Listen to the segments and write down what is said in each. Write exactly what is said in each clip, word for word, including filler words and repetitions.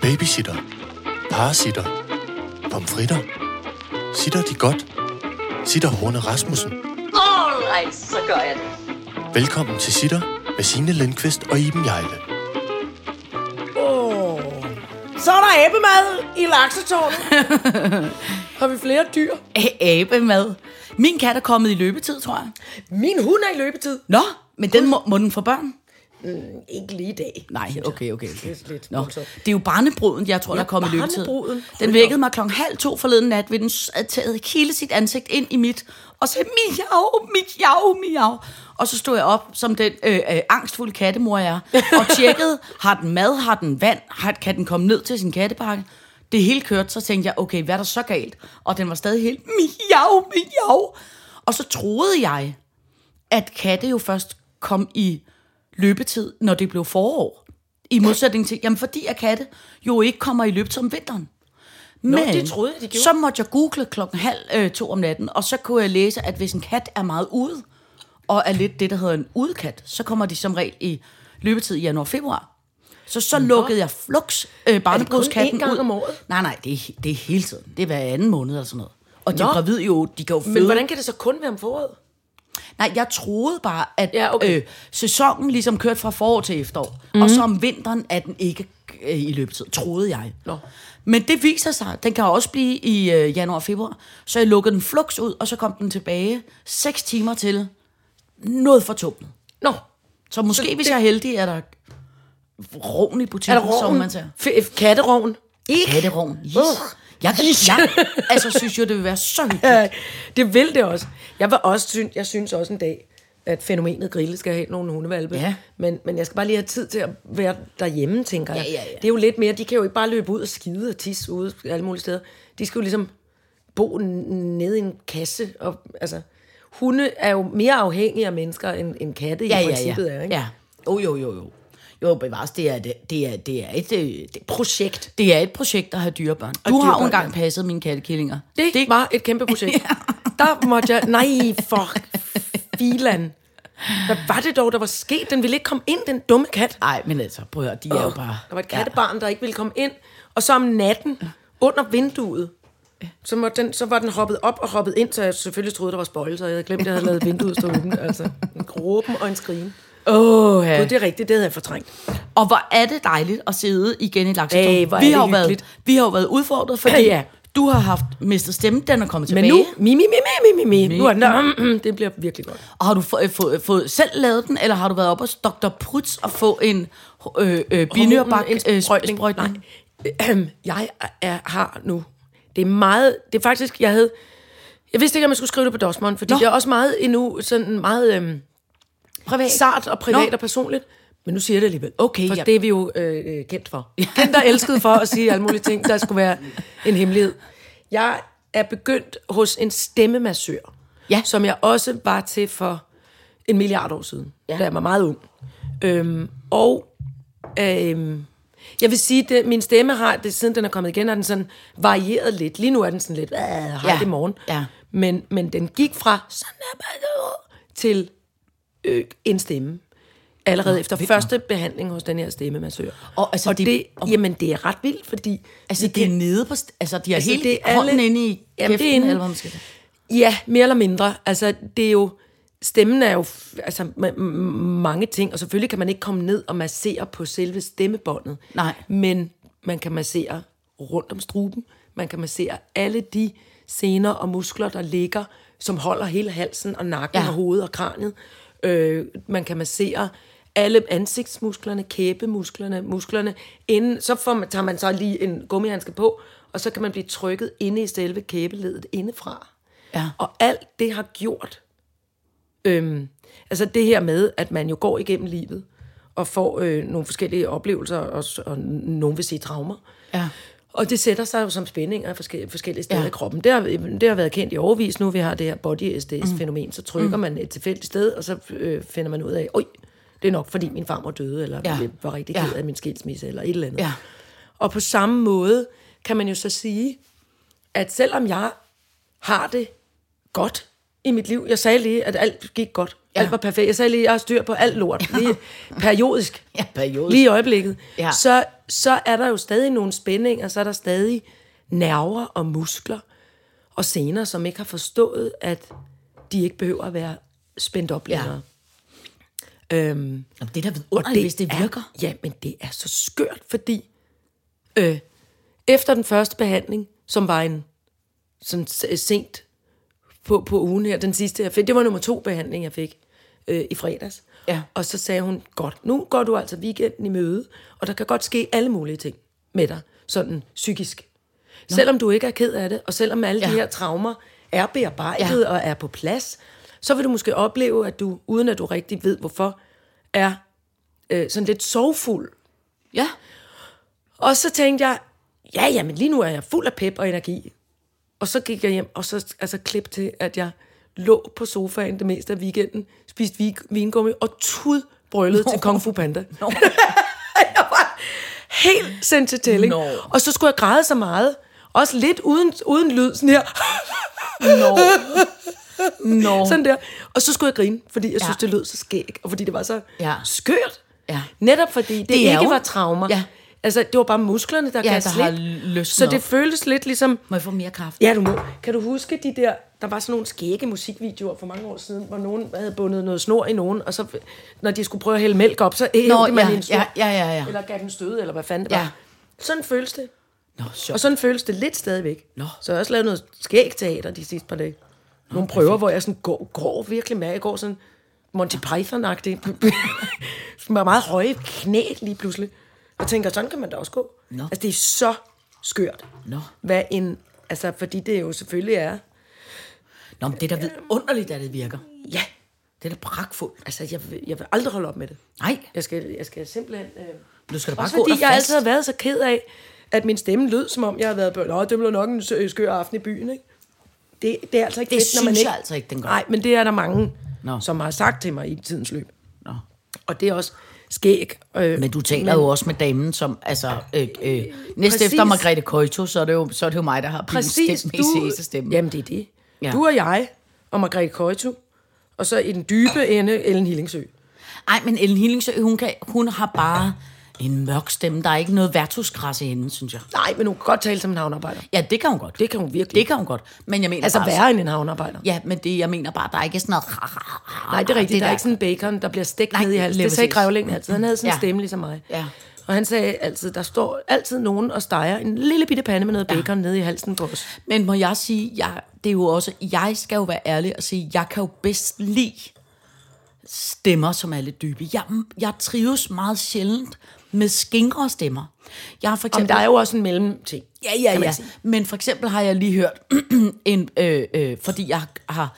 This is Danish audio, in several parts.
Babysitter. Parasitter. Pomfritter. Sitter de godt? Sitter Horne Rasmussen. Alright, så gør jeg det. Velkommen til Sitter med Signe Lindqvist og Iben Hjejle. Oh. Så er der abemad i laksetårnet. Har vi flere dyr? A- abemad. Min kat er kommet i løbetid, tror jeg. Min hund er i løbetid. Nå, men den må, må den få børn? Mm, ikke lige i dag. Nej, okay, okay. okay. Det er lidt Nå. Det er jo barnebruden, jeg tror, Ja, der er kommet i løbetid. barnebruden. Den vækkede mig klokken halv to forleden nat, ved den taget hele sit ansigt ind i mit, og sagde, miau, miau, miau. Og så stod jeg op, som den øh, øh, angstfulde kattemor jeg er, og tjekkede, har den mad, har den vand, har, kan den komme ned til sin kattepakke? Det hele kørte, så tænkte jeg, okay, hvad er der så galt? Og den var stadig helt, miau, miau. Og så troede jeg, at katte jo først kom i løbetid, når det blev forår. I modsætning til, jamen fordi at katte jo ikke kommer i løbetid om vinteren. Men Nå, det troede jeg, de gjorde. Så måtte jeg google klokken halv øh, to om natten, og så kunne jeg læse, at hvis en kat er meget ude, og er lidt det, der hedder en udekat, så kommer de som regel i løbetid i januar-februar. Så så Nå. lukkede jeg flux øh, barnebrudskatten ud. Er det kun én gang om året? Nej, nej, det er, det er hele tiden. Det er hver anden måned eller sådan noget. Og de Nå. er gravide jo, de kan jo føde. Men hvordan kan det så kun være om foråret? Nej, jeg troede bare, at Ja, okay. øh, sæsonen ligesom kørte fra forår til efterår. Mm. Og så om vinteren er den ikke øh, i løbetid, troede jeg. Nå. Men det viser sig, den kan også blive i øh, januar og februar. Så jeg lukkede den flux ud, og så kom den tilbage seks timer til noget fortumlet. Nå. Så måske, Så hvis det- jeg er heldig, er der rovn i Er butikken, der som roven? man siger. F- katteroven? Ikke? Katterovn. Yes. Uh. Jeg, jeg altså, synes jo, det vil være så hyggeligt. Ja, det vil det også. Jeg, vil også synes, jeg synes også en dag, at fænomenet grille skal have nogle hundevalpe. Ja. Men, men jeg skal bare lige have tid til at være derhjemme, tænker jeg. Ja, ja, ja. Det er jo lidt mere, de kan jo ikke bare løbe ud og skide og tisse ude alle mulige steder. De skal jo ligesom bo n- nede i en kasse. Og, altså, hunde er jo mere afhængige af mennesker, end, end katte Ja, i ja, princippet ja. er. Ikke? Ja. Oh, jo, jo, jo. Jo, bevares, det er, det, det er, det er et... øh, Det, Projekt. Det er et projekt at have dyrebørn. Du har jo dyrebørn, engang ja. passet mine kattekillinger. Det, det var et kæmpe projekt. Ja. Der måtte jeg... Nej, for filan. Hvad var det dog, der var sket? Den ville ikke komme ind, den dumme kat. Nej, men altså, prøv at høre, de er jo bare... Der var et kattebarn, der ikke ville komme ind. Og så om natten, under vinduet, så, måtte den, så var den hoppet op og hoppet ind, så jeg selvfølgelig troede, der var spøjelser. Jeg havde glemt, at jeg havde lavet vinduet stå åbent. Altså, en råben og en skrigen. Åh, ja. Gud, det er rigtigt, det havde jeg fortrængt. Og hvor er det dejligt at sidde igen i laksetårnet. Ej, hvor er vi, det har jo været, hyggeligt. vi har jo været udfordret, fordi Ja, ja. du har haft mistet stemmen, den er kommet Men tilbage. nu, mi, mi, mi, mi, mi, mi. Nu er den der, det bliver virkelig godt. Og har du fået, fået, fået selv lavet den, eller har du været oppe hos doktor Prutz og få en øh, øh, binørbak øh, sprøjtning. sprøjtning? Nej, jeg er, har nu. Det er meget, det er faktisk, jeg havde, jeg vidste ikke, at man skulle skrive det på Dosmeren, fordi Nå. det er også meget endnu, sådan meget øhm, Privat. sart og privat Nå. og personligt. Men nu siger jeg det alligevel. Okay, for ja. det er vi jo øh, kendt for. Kendt og elsket for at sige alle mulige ting, der skulle være en hemmelighed. Jeg er begyndt hos en stemmemassør, Ja. som jeg også var til for en milliard år siden, Ja. da jeg var meget ung. Øhm, og øhm, jeg vil sige, at min stemme har, det, siden den er kommet igen, har den sådan varieret lidt. Lige nu er den sådan lidt, hej Ja. det morgen. Ja. Men, men den gik fra sådan her, til øh, en stemme. Allerede Nå, efter første behandling hos den her stemmemassør. Og altså, og det- det, og- jamen, det er ret vildt, fordi... Altså, det er nede på... st- Altså, de har Altså, helt det er hånden alle- inde i Jamen, kæften, det er inde- eller hvad man skal sige. Ja, mere eller mindre. Altså, det er jo... Stemmen er jo f- altså, ma- m- mange ting, og selvfølgelig kan man ikke komme ned og massere på selve stemmebåndet. Nej. Men man kan massere rundt om struben. Man kan massere alle de sener og muskler, der ligger, som holder hele halsen og nakken Ja. og hovedet og kraniet. Øh, man kan massere alle ansigtsmusklerne, kæbemusklerne, musklerne. Inden, så får man, tager man så lige en gummihandske på, og så kan man blive trykket inde i selve kæbeleddet indefra. Ja. Og alt det har gjort, øhm, altså det her med, at man jo går igennem livet, og får øh, nogle forskellige oplevelser, og, og nogen vil sige traumer. Ja. Og det sætter sig jo som spændinger forskellige, forskellige steder Ja. i kroppen. Det har, det har været kendt i overvis nu, vi har det her body S D S-fænomen. Så trykker mm. man et tilfældigt sted, og så øh, finder man ud af, oj, det er nok fordi min farmor døde, eller Ja. ja. var rigtig Ja. ked af min skilsmisse, eller et eller andet. Ja. Og på samme måde kan man jo så sige, at selvom jeg har det godt i mit liv, jeg sagde lige, at alt gik godt. Ja. Alt var perfekt. Jeg sagde lige, at jeg har styr på alt lort. Lige periodisk. Ja, periodisk. Lige i øjeblikket. Ja. Så, så er der jo stadig nogle spændinger, så er der stadig nerver og muskler og sener, som ikke har forstået, at de ikke behøver at være spændt op længere. Ja. Øhm, Jamen, det er da vidunderligt, hvis det virker. Er, ja, men det er så skørt, fordi øh, efter den første behandling, som var en sådan sent på, på ugen her, den sidste jeg fik, det var nummer to behandling, jeg fik øh, i fredags. Ja. Og så sagde hun, godt, nu går du altså weekenden i møde, og der kan godt ske alle mulige ting med dig, sådan psykisk. Nå. Selvom du ikke er ked af det, og selvom alle ja. de her traumer er bearbejdet ja. og er på plads, så vil du måske opleve, at du, uden at du rigtig ved hvorfor, er øh, sådan lidt sorgfuld. Ja. Og så tænkte jeg, ja, ja, men lige nu er jeg fuld af pep og energi. Og så gik jeg hjem, og så altså klip til, at jeg lå på sofaen det meste af weekenden, spiste vi, vingummi og tudbrølede til Kung Fu Panda. No. Jeg var helt sendt til tælling. No. Og så skulle jeg græde så meget, også lidt uden, uden lyd, sådan her. No. No. Sådan der. Og så skulle jeg grine, fordi jeg synes, ja. det lød så skæg, og fordi det var så ja. skørt. Ja. Netop fordi det, det ikke jo. var traumer. Ja. Altså, det var bare musklerne, der ja, gav slip. Så det føltes lidt ligesom... Må jeg få mere kaffe? Ja, du må. Kan du huske de der... Der var sådan nogle skægge musikvideoer for mange år siden, hvor nogen havde bundet noget snor i nogen, og så, når de skulle prøve at hælde mælk op, så hævde man ja, en snor. Ja, ja, ja, ja. Eller gav den støde, eller hvad fanden det ja. var. Sådan føles det. Nå, og sådan føles det lidt stadigvæk. Nå. Så jeg har også lavet noget skægteater de sidste par dage. Nogle Nå, prøver, perfekt. Hvor jeg sådan går, går virkelig med. Jeg går sådan Monty Python-agtigt. Med meget høje knæ lige pludselig. Og tænker, sådan kan man da også gå. Nå. Altså, det er så skørt. Nå. Hvad en... Altså, fordi det jo selvfølgelig er... Nå, men det er da vidunderligt, at det virker. Ja. Det er da pragtfuldt. Altså, jeg vil, jeg vil aldrig holde op med det. Nej. Jeg skal, jeg skal simpelthen... Øh... Du skal da bare også gå fordi der jeg fast. altid har været så ked af, at min stemme lød, som om jeg havde været på... Nå, det blev nok en skør aften i byen, ikke? Det, det er altså ikke det fedt, synes når man ikke... jeg altså ikke, den gør. Nej, men det er der mange, Nå. som har sagt til mig i tidens løb. Nå. Og det er også skæg. Øh, men du taler men, jo også med damen, som... Altså, øh, øh, næste efter Margrethe Koito, så er det jo, så er det jo mig, der har præcis, pinligt stemme. Jamen, det er det. Ja. Du og jeg, og Margrethe Koito, og så i den dybe ende, Ellen Hillingsø. Nej, men Ellen Hillingsø, hun, kan, hun har bare en mørk stemme. Der er ikke noget værtshusgræs i hende, synes jeg. Nej, men hun kan godt tale som en havnearbejder. Ja, det kan hun godt. Det kan hun virkelig. Det kan hun godt. Men jeg mener altså bare, værre end en havnearbejder. Ja, men det, jeg mener bare, der er ikke sådan noget... Nej, det er rigtigt. Det der er ikke sådan en bacon, der bliver stegt ned i halsen. Det sagde Grævlingen altid. Han havde sådan en ja. stemme ligesom mig. Ja. Og han sagde altid, der står altid nogen og steger en lille bitte pande med noget bacon ja. nede i halsen på os. Men må jeg sige, jeg, det er jo også... Jeg skal jo være ærlig og sige, jeg kan jo bedst lide stemmer, som er lidt dybe. Jeg, jeg trives meget sjældent med skingre stemmer. Jeg har for eksempel, Jamen, der er jo også en mellemting. Ja, ja, ja. Men for eksempel har jeg lige hørt, en, øh, øh, fordi jeg har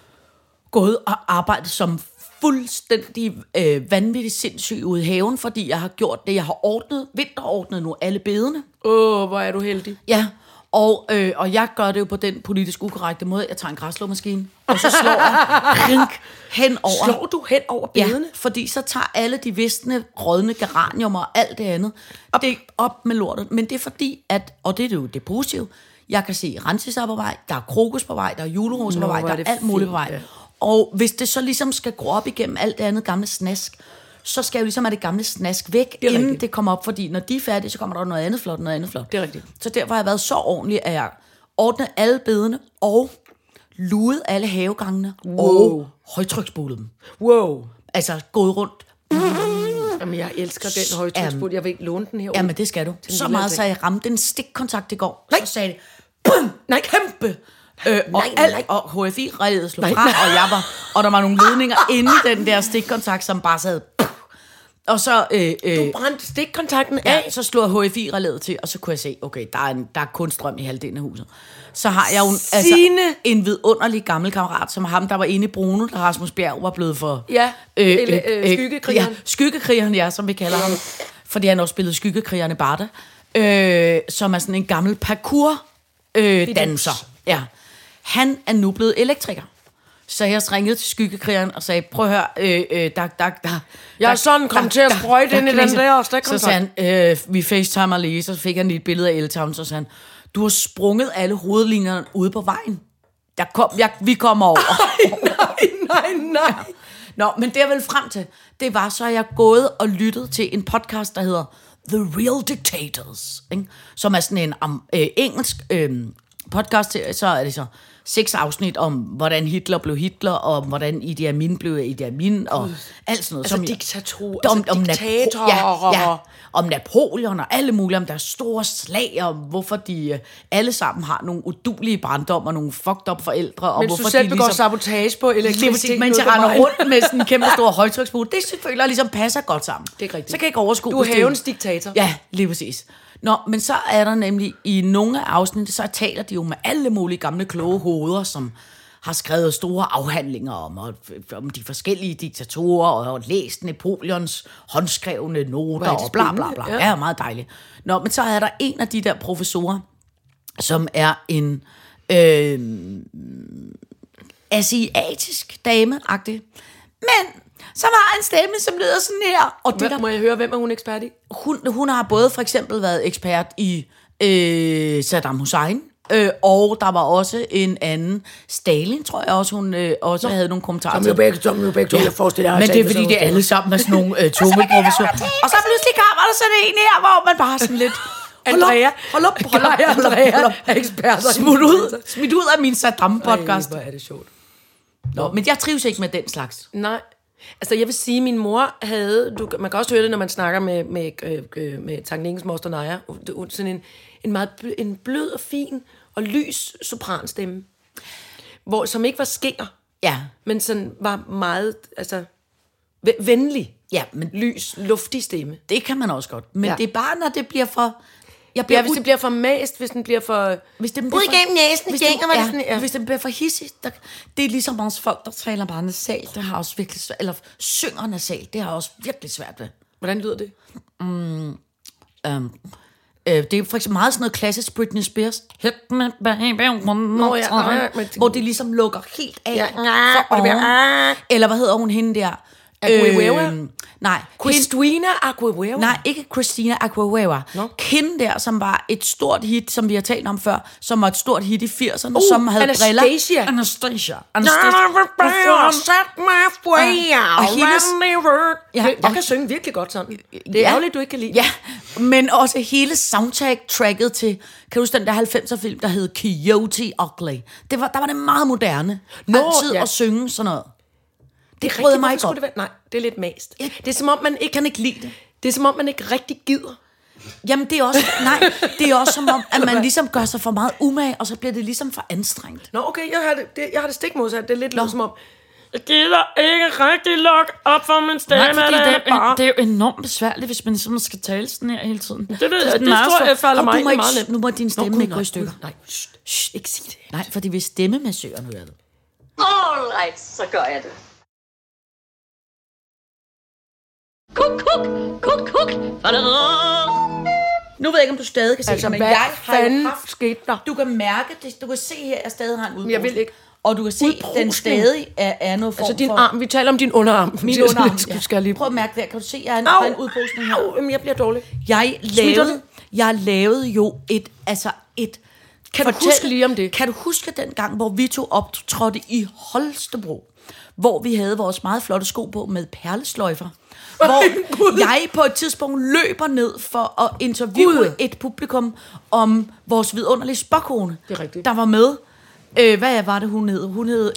gået og arbejdet som fuldstændig øh, vanvittigt sindssyg ude i haven, fordi jeg har gjort det, jeg har ordnet, vinterordnet nu alle bedene. Åh, oh, hvor er du heldig. Ja, og, øh, og jeg gør det jo på den politisk ukorrekte måde. Jeg tager en græsslåmaskine, og så slår jeg rink hen over. Slår du hen over bedene? Ja, fordi så tager alle de visne, rådne geraniumer og alt det andet op. Det op med lortet. Men det er fordi, at, og det er jo det positive, jeg kan se rensis på vej, der er krokus på vej, der er julerose på vej, der er alt muligt på vej. Ja. Og hvis det så ligesom skal gå op igennem alt det andet gamle snask, så skal jo ligesom have det gamle snask væk, det inden rigtigt. Det kommer op, fordi når de er færdige, så kommer der noget andet flot, noget andet flot. Det er rigtigt. Så derfor har jeg været så ordentlig, at jeg ordnede alle bedene, og luede alle havegangene, wow. og højtryksspulede dem. Wow. Altså gået rundt. Jamen, jeg elsker den højtryksspul. Jeg vil ikke låne den her. Jamen, det skal du. Så meget, så jeg ramte en stikkontakt i går. Nej. Så sagde det, bum, nej, kæmpe. Øh, og, nej, alt, nej. og H F I-redet slog fra, og jeg var, og der var nogle ledninger inde i den der stikkontakt, som bare sad. Og så øh, øh, du brændte stikkontakten ja, af. så slog H F I-relæet til, og så kunne jeg se, okay, der er, en, der er kun strøm i halvdelen af huset. Så har jeg jo en, altså, en vidunderlig gammel kammerat, som ham, der var inde i Bruno, da Rasmus Bjerg var blevet for... Ja, øh, øh, øh, skyggekrigeren. Ja, skyggekrigeren, ja, som vi kalder ham. Fordi han også spillede skyggekrigerne Barda. Øh, som er sådan en gammel parkour-danser. Øh, ja. Han er nu blevet elektriker. Så jeg ringede til skyggekrigeren og sagde, prøv at høre, øh, øh, der, der, der... Jeg er sådan kom til at sprøjte ind i den der stikkontakt. Så sagde han, øh, vi facetimer lige, så fik han lige et billede af Eltown, så sagde han, du har sprunget alle hovedlinjerne ude på vejen. Jeg kom, jeg, vi kommer over. Ej, nej, nej, nej. Ja. Nå, men det jeg vel frem til, det var, så jeg gået og lyttet til en podcast, der hedder The Real Dictators, ikke? Som er sådan en um, øh, engelsk øh, podcast, så er det så seks afsnit om, hvordan Hitler blev Hitler, og hvordan Idi Amin blev Idi Amin, og alt sådan noget. Altså som, diktatorer, om, altså om diktatorer. Ja, ja, om Napoleon og alle mulige, om deres store slag, og hvorfor de øh, alle sammen har nogle udulige barndom, og nogle fucked up forældre, og Mens hvorfor du selv de begår ligesom... sabotage på elektricitet. Mens jeg render rundt med sådan en kæmpe stor højtryksbue. Det føler jeg ligesom passer godt sammen. Det er rigtigt. Så kan jeg ikke overskue. Du er havens diktator. Ja, lige præcis. Nå, men så er der nemlig i nogle af afsnit, så taler de jo med alle mulige gamle kloge hoveder, som har skrevet store afhandlinger om, og, om de forskellige diktatorer, og, og læst Napoleons håndskrevne noter, og bla bla bla. Ja. Ja, meget dejligt. Nå, men så er der en af de der professorer, som er en øh, asiatisk dame-agtig, men som har en stemme, som lyder sådan her. Og det der, må jeg høre, hvem er hun ekspert i? Hun, hun har både for eksempel været ekspert i øh, Saddam Hussein, øh, og der var også en anden, Stalin, tror jeg også, hun øh, også havde nogle kommentarer til. Som jo begge, som jo begge to, jeg forestiller ja, men det er fordi, det er alle sammen med sådan nogle øh, tunge professorer. Og så pludselig kommer der sådan en her, hvor man bare sådan lidt... Andrea, hold op, hold op, hold op, Andrea hold op. er ekspert. Smut ud, smut ud af min Saddam-podcast. Hvor er det sjovt. Nå, men jeg trives ikke med den slags. Nej. Altså, jeg vil sige, min mor havde... Du, man kan også høre det, når man snakker med, med, øh, med Tank moster Naja. Sådan en, en meget bl- en blød og fin og lys sopranstemme. Hvor, som ikke var skinger. Ja. Men sådan var meget... Altså, venlig. Ja, men lys, luftig stemme. Det kan man også godt. Men ja. det er bare, når det bliver for... Jeg bliver ja, hvis ud... det bliver for mast, hvis den bliver for... Hvis den bliver ud igennem næsen, hvis, den, ja, sådan, ja. hvis den bliver for hissig, der, det er ligesom også folk, der taler bare nasalt. Det har også virkelig svært, eller synger nasalt, det har også virkelig svært ved. Hvordan lyder det? Mm, um, øh, det er for eksempel meget sådan noget klassisk Britney Spears. Hit me baby one more time. Ja, ja, men... Hvor det ligesom lukker helt af. Ja, for bliver, eller hvad hedder hun hende der? Aguilera? Øh, nej. Christina Aguilera? Nej, ikke Christina Aguilera. No. Hende der, som var et stort hit, som vi har talt om før, som var et stort hit i firserne, uh, som havde Anastasia. briller. Anastasia. Anastasia. Og hendes... Ja, jeg kan synge virkelig godt sådan. Det er ja. ærgerligt, du ikke kan lide. Ja, men også hele soundtrack-tracket til, kan du huske den der halvfemser film, der hed Coyote Ugly? Det var, der var det meget moderne. Nå, altid ja. At synge sådan noget. Det brød mig ikke op. Nej, det er lidt mast. Ja. Det er som om, man ikke kan ikke lide det. Det er som om, man ikke rigtig gider. Jamen, det er også... Nej, det er også som om, at man ligesom gør sig for meget umage, og så bliver det ligesom for anstrengt. Nå, okay, jeg har det, det, jeg har det stik modsat. Det er lidt som om... Jeg gider ikke rigtig lukke op for min stemme. Nej, fordi det, er, det er jo enormt besværligt, hvis man sådan skal tale sådan her hele tiden. Det ved jeg, det, det tror jeg falder mig ikke, meget nemt. Nu må din stemme Nå, ikke gå i stykker. Nej, shh, shh, ikke sig det. Nej, fordi hvis stemmemassøren hører det. All right, så gør jeg det. Kuk, kuk, kuk, kuk. Nu ved jeg ikke, om du stadig kan se altså, det, men hvad jeg fanden haft... skete der? Du kan mærke det. Du kan se her, at jeg stadig har en udbrusning. Jeg vil ikke. Og du kan se, at den stadig er, er noget form altså din for... arm. Vi taler om din underarm. Min underarm, ja. Skal lige... Prøv at mærke det. Kan du se, at jeg har en, en udbrusning her? Au, jeg bliver dårlig. Jeg lavede, jeg lavede jo et... Altså et kan fortæl, du huske lige om det? Kan du huske den gang, hvor vi tog optrådte i Holstebro? Hvor vi havde vores meget flotte sko på med perlesløjfer. Hvor jeg på et tidspunkt løber ned for at interviewe Gud. et publikum om vores vidunderlige spåkone, der var med. Øh, hvad var det, hun hed? Hun hed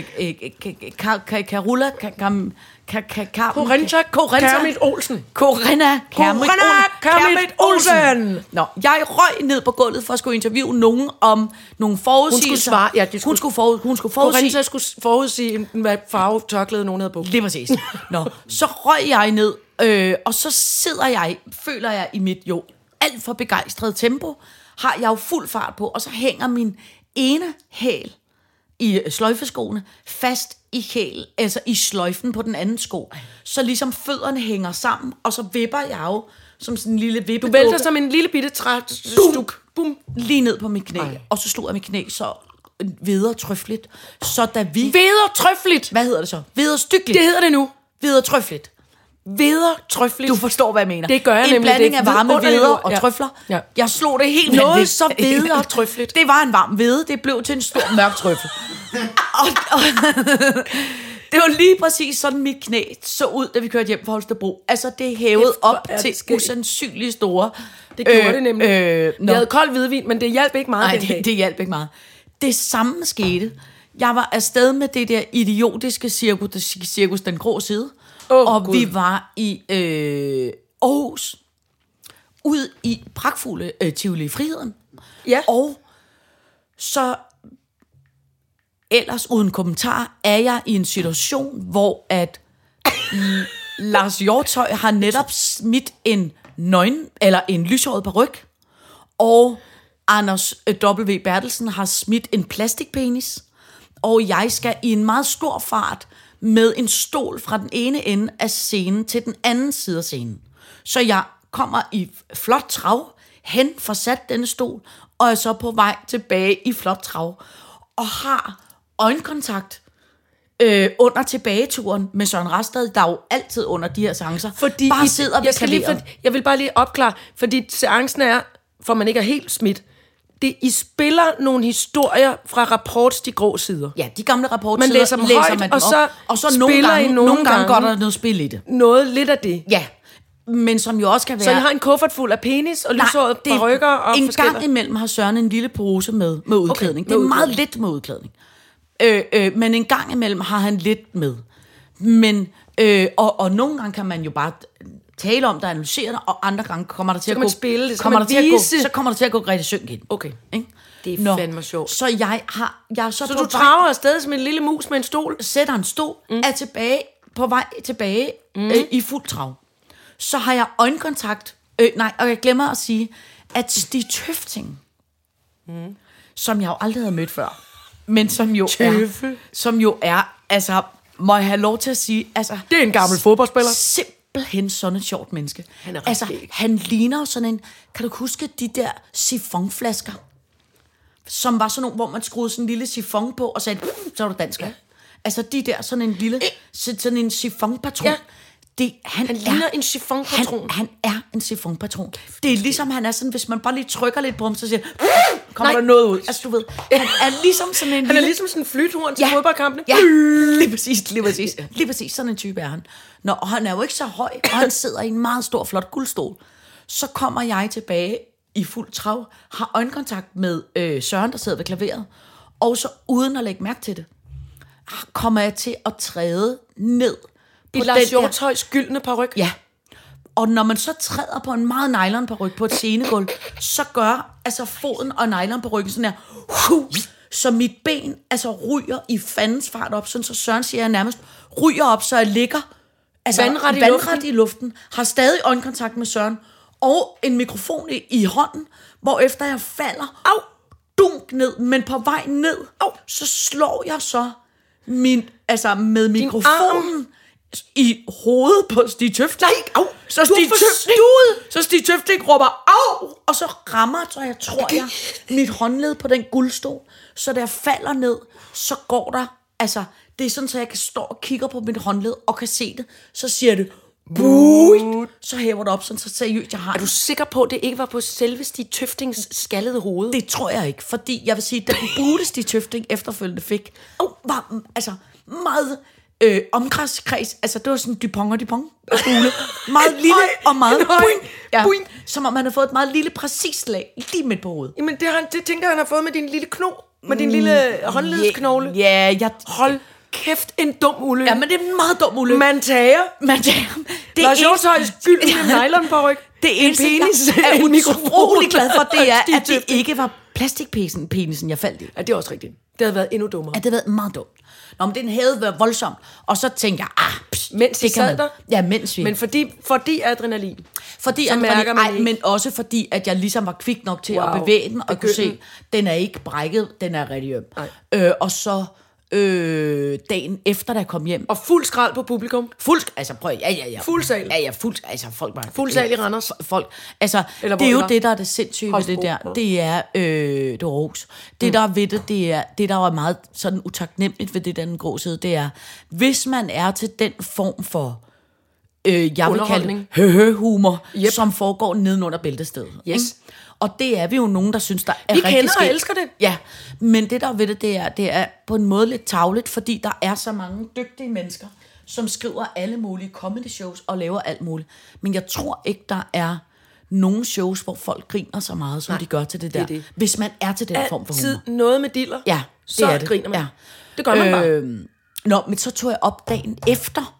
Carola Corinna Kermit Olsen. Corinna Kermit Olsen. Nå, jeg røg ned på gulvet for at skulle interviewe nogen om nogle forudsigelser. Hun skulle svare. Ja, det skulle, hun skulle, for, hun skulle forudsige. Corinna skulle forudsige, hvad farve tørklæde nogen havde på. Lige præcis. Nå, så røg jeg ned, øh, og så sidder jeg, føler jeg i mit jo alt for begejstrede tempo, har jeg jo fuld fart på, og så hænger min ene hæl i sløjfeskoene fast i hæl, altså i sløjfen på den anden sko. Så ligesom fødderne hænger sammen, og så vipper jeg jo som sådan en lille vippedukke. Du vælter som en lille bitte træstuk. Bum, lige ned på mit knæ. Ej. Og så slog jeg mit knæ så vedertrøfligt. Så da vi... Vedertrøfligt? Hvad hedder det så? Vederstykkeligt. Det hedder det nu. Vedertrøfligt. Vedertrøfligt. Du forstår, hvad jeg mener. Det gør jeg en nemlig. En blanding af varme veder og ja. trøfler. Ja. Jeg slog det helt noget vanvittigt. så vedertrøfligt. Det var en varm hvede. Det blev til en stor mørk trøffel. og, og, Det var lige præcis sådan, mit knæ så ud, da vi kørte hjem fra Holstebro. Altså, det hævede Kæft, hvor op er det til skægt. usandsynligt store. Det gjorde øh, det nemlig. Øh, Vi havde kold hvidvin, men det hjalp ikke meget Nej, den dag. det, det hjalp ikke meget. Det samme skete. Jeg var afsted med det der idiotiske cirkus, cirkus Den Grå Side. Åh, og Gud. vi var i øh, Aarhus. Ud i pragtfulde øh, Tivoli Friheden. Ja. Og så ellers uden kommentar er jeg i en situation, hvor at Lars Hjortøj har netop smidt en nøgen, eller en lyshåret paryk, og Anders W. Bertelsen har smidt en plastikpenis, og jeg skal i en meget stor fart med en stol fra den ene ende af scenen til den anden side af scenen. Så jeg kommer i flot trav, hen får sat denne stol, og er så på vej tilbage i flot trav, og har øjenkontakt øh, under tilbageturen med Søren Rastad, der er jo altid under de her seancer, Fordi bare I, sidder ved jeg, skal lige, for, klaveret. jeg vil bare lige opklare, fordi seancen er, for man ikke er helt smidt, det, I spiller nogle historier fra Rapports De Grå Sider. Ja, de gamle rapporter Man læser dem højt, man dem og op, så og så nogle spiller I gange, nogle nogle gange, gange. går der noget spil i det. Noget lidt af det. Ja, men som jo også kan være... Så I har en kuffert fuld af penis og lyshåret det er- parykker og en forskellige. gang imellem har Søren en lille pose med, med udklædning. med Okay, det er meget udklædning. lidt med udklædning. Øh, øh, men en gang imellem har han lidt med. Men, øh, og, og nogle gange kan man jo bare tale om det, analysere det, og andre gange kommer der til kan at man gå... spille det, så kommer kan der man til at gå, vise. så kommer der til at gå Grete Sønk ind. Okay. Ikke? Det er Nå, fandme sjovt. Så jeg har... Jeg er så, Så på du vej- traver afsted som en lille mus med en stol? sætter en stol, mm. er tilbage, på vej tilbage mm. øh, i fuld trav. Så har jeg øjenkontakt, øh, nej, og jeg glemmer at sige, at Stig Tøfting, mm. som jeg jo aldrig havde mødt før, men som jo Tøffe. er, som jo er, altså, må jeg have lov til at sige, altså... Det er en gammel fodboldspiller. Simpelthen sådan et sjovt menneske. Han er ret altså, skæg. han ligner jo sådan en, kan du huske de der sifonflasker, som var sådan nogle, hvor man skruede sådan en lille sifon på, og sagde, så var du dansker. Ja. Altså de der, sådan en lille, sådan en sifonpatron. Ja. Det, han, Han er, ligner en chiffonpatron. Han, han er en sifonpatron. Det er ligesom, han er sådan, hvis man bare lige trykker lidt på ham, så siger kommer Nej. der noget ud. Altså du ved, han er ligesom sådan en Han er lille... ligesom sådan en flythorn til Ja. fodboldkampene. Ja, lige præcis, lige præcis. Lige præcis, sådan en type er han. Nå, og han er jo ikke så høj, og han sidder i en meget stor, flot guldstol. Så kommer jeg tilbage i fuld trav, har øjenkontakt med øh, Søren, der sidder ved klaveret, og så uden at lægge mærke til det, kommer jeg til at træde ned I på Lars den der... Hjortøjs gyldne paryk. Ja. Og når man så træder på en meget nylonparyk på et scenegulv, så gør altså foden og nylonparykken sådan her, huh, så mit ben altså ryger i fandens fart op, sådan så Søren siger, jeg nærmest ryger op, så jeg ligger altså, Vandret i vandret luften. i luften, har stadig øjenkontakt med Søren, og en mikrofon i, i hånden, hvorefter jeg falder, au, dunk ned, men på vej ned, au, så slår jeg så min, altså med mikrofonen i hovedet på Stig Tøfting. Nej, au, Så du Stig er Tøfting, så Stig Tøfting råber, au, og så rammer, så jeg tror jeg, mit håndled på den guldstol, så da jeg falder ned, så går der, altså, det er sådan, så jeg kan stå og kigge på mit håndled, og kan se det, så siger det, buit, så hæver det op, sådan så seriøst, jeg har Er du sikker på, at det ikke var på selve Stig Tøftings skaldede hoved? Det tror jeg ikke, fordi jeg vil sige, at den boote Stig Tøfting efterfølgende fik, oh, var mm, altså meget øh, omkreds, altså det var sådan Dupont og Dupont skole. Meget lille og meget boing, ja, boing. som om man har fået et meget lille præcist slag lige midt på hovedet. Jamen, det, har, det tænker jeg, han har fået med din lille kno. Med din lille håndledsknogle. Ja, jeg... Hold kæft, en dum ulykke. Ja, men det er en meget dum ulykke. Man tager. Man tager... Det Lars er Hjortøjs gyldne nylonparyk. Det en penis, jeg er en mikrofon. utrolig glad for, det er, Stig at det Tøfting. ikke var plastikpenisen, penisen, jeg faldt i. Ja, det er også rigtigt. Det havde været endnu dummere. Ja, det har været meget dumt. Nå, men den havde været voldsomt. Og så tænker jeg, ah, pst, Mens I det kan sad man. der? Ja, mens vi. Men fordi, fordi adrenalin. fordi så at mærker man ej, ikke. men også fordi, at jeg ligesom var kvik nok til Wow. at bevæge den, og kunne Begynde. se, den er ikke brækket, den er rigtig øm. Nej. Øh, og så øh, dagen efter, da jeg kom hjem, Og fuld skrald på publikum. fuld, altså prøv, ja, ja, ja. Fuld sal. Ja, ja, fuld, altså folk var... Fuld sal i Randers. Folk, altså, Eller det hvor er jo det var. det, der er det sindssyge ved det Holstebro. der, det er, øh, det er Aarhus. Det, mm. der er ved det, det er, det der er meget sådan utaknemmeligt ved det, der den grå side, det er, hvis man er til den form for øh, jeg vil kalde høhø-humor, yep. som foregår nedenunder bæltestedet. Yes. Ikke? Og det er vi jo nogen, der synes, der er vi rigtig kender skægt. og elsker det. Ja, men det der ved det, det er, det er på en måde lidt tarveligt, fordi der er så mange dygtige mennesker, som skriver alle mulige comedy shows og laver alt muligt. Men jeg tror ikke, der er nogle shows, hvor folk griner så meget, som Nej, de gør til det der. Det det. Hvis man er til den Altid form for humor. Altid noget med diller, ja, det så er det. griner man. Ja. Det gør man øh, bare. Nå, men så tog jeg op dagen efter,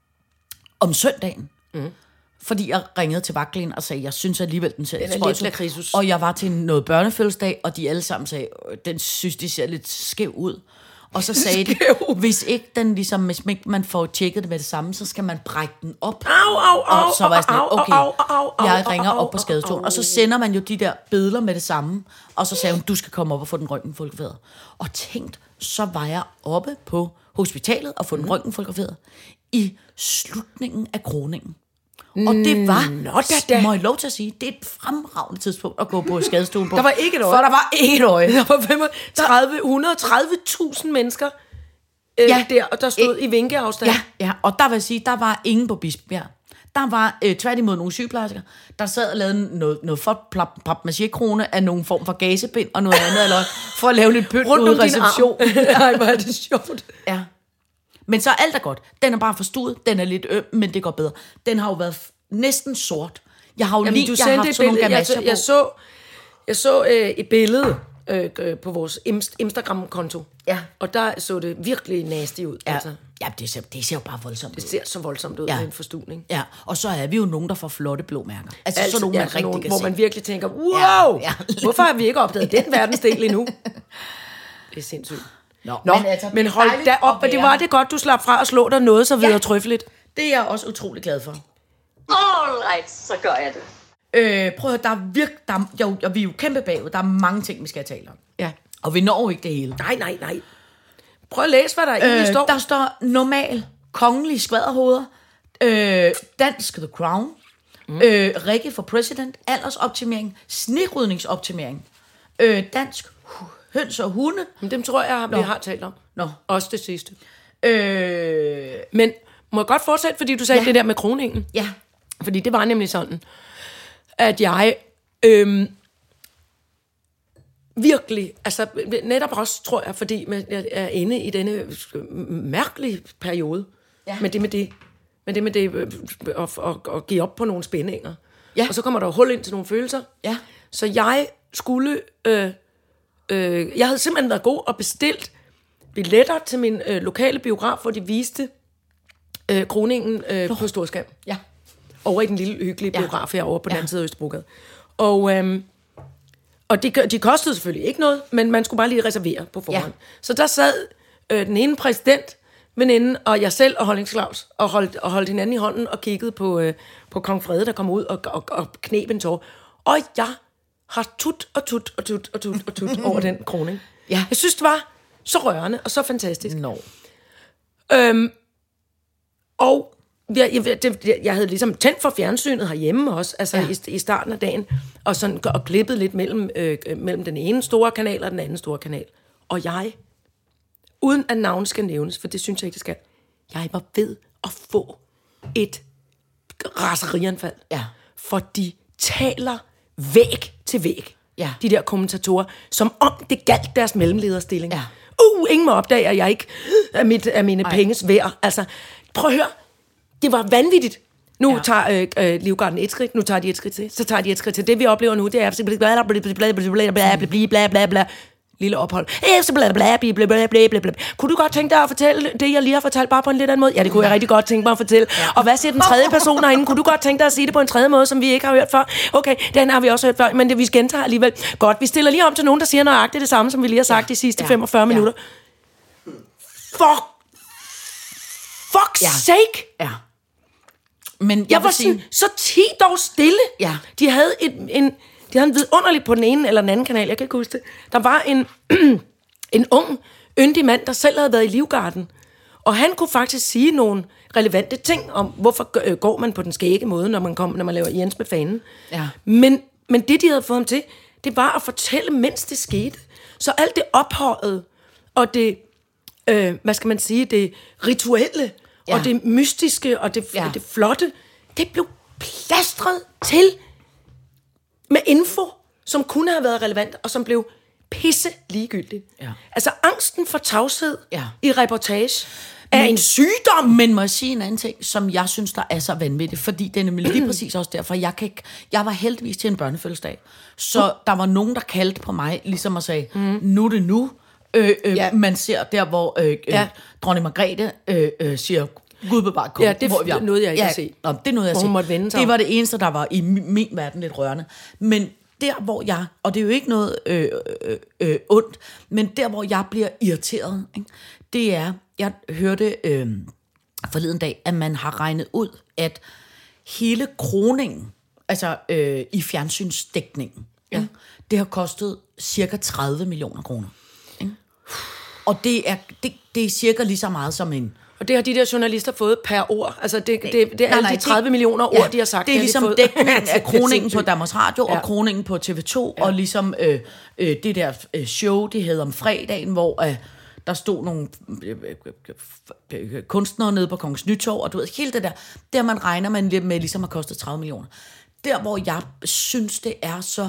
om søndagen, mm. fordi jeg ringede til vagtlægen og sagde, jeg synes alligevel, den ser lidt spøjs ud. Og jeg var til noget børnefødselsdag, og de alle sammen sagde, den synes, de ser lidt skæv ud. Og så sagde de, hvis ikke den ligesom, hvis ikke man får tjekket det med det samme, så skal man brække den op. Au, au, au, og så var jeg sådan, okay, au, au, au, jeg ringer op på skadestolen, og så sender man jo de der billeder med det samme, og så sagde hun, du skal komme op og få den røntgenfotograferet. Og tænkt, så var jeg oppe på hospitalet og få den røntgenfotograferet i slutningen af kroningen. Og det var, Nå, da, da. må jeg lov til at sige, det er et fremragende tidspunkt at gå på skadestuen på. Der var ikke et øje. For der var ikke et øje. Der var femogtredive, et hundrede og tredive tusind mennesker øh, ja, der, og der stod e- i vinkeafstand. Ja, ja, og der vil jeg sige, der var ingen på Bispebjerg. Der var øh, tværtimod nogle sygeplejersker, der sad og lavede noget, noget flot papmaché-krone af nogen form for gasebind og noget andet, eller for at lave lidt pynt ud i reception. Nej, hvor er det sjovt. Ja. Men så alt er godt. Den er bare forstuet, den er lidt øm, men det går bedre. Den har jo været f- næsten sort. Jeg har jo Jamen, lige, du jeg har sendte haft et sådan nogle billede. Jeg, gamasjer jeg så, jeg så øh, et billede øh, på vores Instagram-konto. Ja. Og der så det virkelig nasty ud. Ja, Altså. ja det, ser, det ser jo bare voldsomt Det ud. ser så voldsomt ud Ja. med en forstuning. Ja, og så er vi jo nogen, der får flotte blå mærker. Altså, Altså, så nogle, ja, man rigtig nogen, kan hvor se. man virkelig tænker, wow, Ja, ja. hvorfor har vi ikke opdaget den verdensdel endnu? Det er sindssygt. Nå, Nå, men, altså, men hold da op, og det var det godt, du slap fra at slå dig noget så videre ja. trøffeligt. Det er jeg også utrolig glad for. Alright, så gør jeg det. Øh, prøv at høre, der er virkelig, der er, jo, jo, vi er jo kæmpe bagud, der er mange ting, vi skal tale om. Ja. Og vi når jo ikke det hele. Nej, nej, nej. Prøv at læse, hvad der øh, egentlig står. Der står normal, kongelige skvaderhoveder, øh, dansk The Crown, mm. øh, Rikke for President, aldersoptimering, snerydningsoptimering, øh, dansk høns og hunde. Men dem tror jeg, vi Nå. har talt om. Nå. Også det sidste. Øh, Men må jeg godt fortsætte, fordi du sagde ja. det der med kroningen? Ja. Fordi det var nemlig sådan, at jeg øhm, virkelig, altså netop også, tror jeg, fordi jeg er inde i denne mærkelige periode, ja. med det med det, med det med det, øh, at, at, at give op på nogle spændinger. Ja. Og så kommer der jo hul ind til nogle følelser. Ja. Så jeg skulle, øh, øh, jeg havde simpelthen været god og bestilt billetter til min øh, lokale biograf, hvor de viste øh, kroningen øh, på storskærm. Ja. Over i den lille hyggelige biograf ja. herovre på den ja. anden side af Østerbrogade. Og, øhm, og de, de kostede selvfølgelig ikke noget, men man skulle bare lige reservere på forhånd. Ja. Så der sad øh, den ene præsident, veninden og jeg selv og Holding Claus og holdt, og holdt hinanden i hånden og kiggede på, øh, på Kong Frede, der kom ud og, og, og kneb en tår. Og jeg har tut og tut og tut og tut og tut over den kroning. Ja. Jeg synes, det var så rørende og så fantastisk. No. Øhm, og jeg, jeg, det, jeg havde ligesom tændt for fjernsynet herhjemme også, altså ja. i, i starten af dagen, og, sådan, og klippet lidt mellem, øh, mellem den ene store kanal og den anden store kanal. Og jeg, uden at navn skal nævnes, for det synes jeg ikke, det skal, jeg var ved at få et raserianfald. Ja. For de taler væg til væg, ja. de der kommentatorer, som om det galt deres mellemlederstilling. Ja. Uh, ingen må opdage, at jeg ikke er, mit, er mine Ej. penges værd. Altså, prøv at høre, det var vanvittigt. Nu ja. tager øh, øh, Livgarden et skridt, nu tager de et skridt til, så tager de et skridt til. Det vi oplever nu, det er bla bla bla bla bla bla bla lille ophold. Bla bla bla bla bla bla. Kunne du godt tænke dig at fortælle det, jeg lige har fortalt, bare på en lidt anden måde? Ja, det kunne jeg rigtig godt tænke mig at fortælle. Ja. Og hvad siger den tredje person herinde? Kunne du godt tænke dig at sige det på en tredje måde, som vi ikke har hørt før? Okay, den har vi også hørt før, men det vi gentager alligevel. Godt, vi stiller lige om til nogen, der siger nøjagtigt det samme, som vi lige har sagt ja. de sidste ja. femogfyrre minutter. Fuck! Fuck's ja. sake! Ja. Men jeg, jeg var sige... sådan, så ti dog stille. Ja. De havde et, en, de havde en vidunderligt på den ene eller den anden kanal, jeg kan ikke huske det. Der var en, en ung, yndig mand, der selv havde været i Livgarden. Og han kunne faktisk sige nogle relevante ting om, hvorfor går man på den skægge måde, når man, kom, når man laver Jens med fanen. Ja. Men, men det, de havde fået ham til, det var at fortælle, mens det skete. Så alt det ophøjede, og det, øh, hvad skal man sige, det rituelle, ja. og det mystiske, og det, ja. det flotte, det blev plastret til med info, som kunne have været relevant, og som blev pisse ligegyldigt. Ja. Altså angsten for tavshed ja. i reportage er men, en sygdom. Men må jeg sige en anden ting, som jeg synes, der er så vanvittigt, fordi det er nemlig lige præcis også derfor, jeg, kan ikke, jeg var heldigvis til en børnefødselsdag, så uh. der var nogen, der kaldte på mig, ligesom og sagde, mm. nu er det nu. Øh, øh, ja. Man ser der, hvor øh, ja. øh, dronning Margrethe øh, øh, siger, Gud bevar kongen. Ja, det hvor er noget, jeg ikke ja, har set. Nå, det er noget, jeg har set. Det var det eneste, der var i min, min verden lidt rørende. Men der, hvor jeg, og det er jo ikke noget øh, øh, øh, ondt, men der, hvor jeg bliver irriteret, ikke, det er, jeg hørte øh, forleden dag, at man har regnet ud, at hele kroningen, altså øh, i fjernsynsdækningen, ja. ikke, det har kostet cirka tredive millioner kroner. Ikke? Og det er, det, det er cirka lige så meget som en... Og det har de der journalister fået per ord. Altså, det, det, det, det er nej, alle nej, de tredive det, millioner ord, ja, de har sagt. Det er ligesom de dækningen af kroningen på Danmarks Radio, ja. og kroningen på T V to, ja. og ligesom øh, øh, det der øh, show, det hedder om fredagen, hvor øh, der stod nogle øh, øh, øh, kunstnere nede på Kongens Nytorv, og du ved, hele det der, der man regner man lidt med, ligesom har kostet tredive millioner. Der, hvor jeg synes, det er så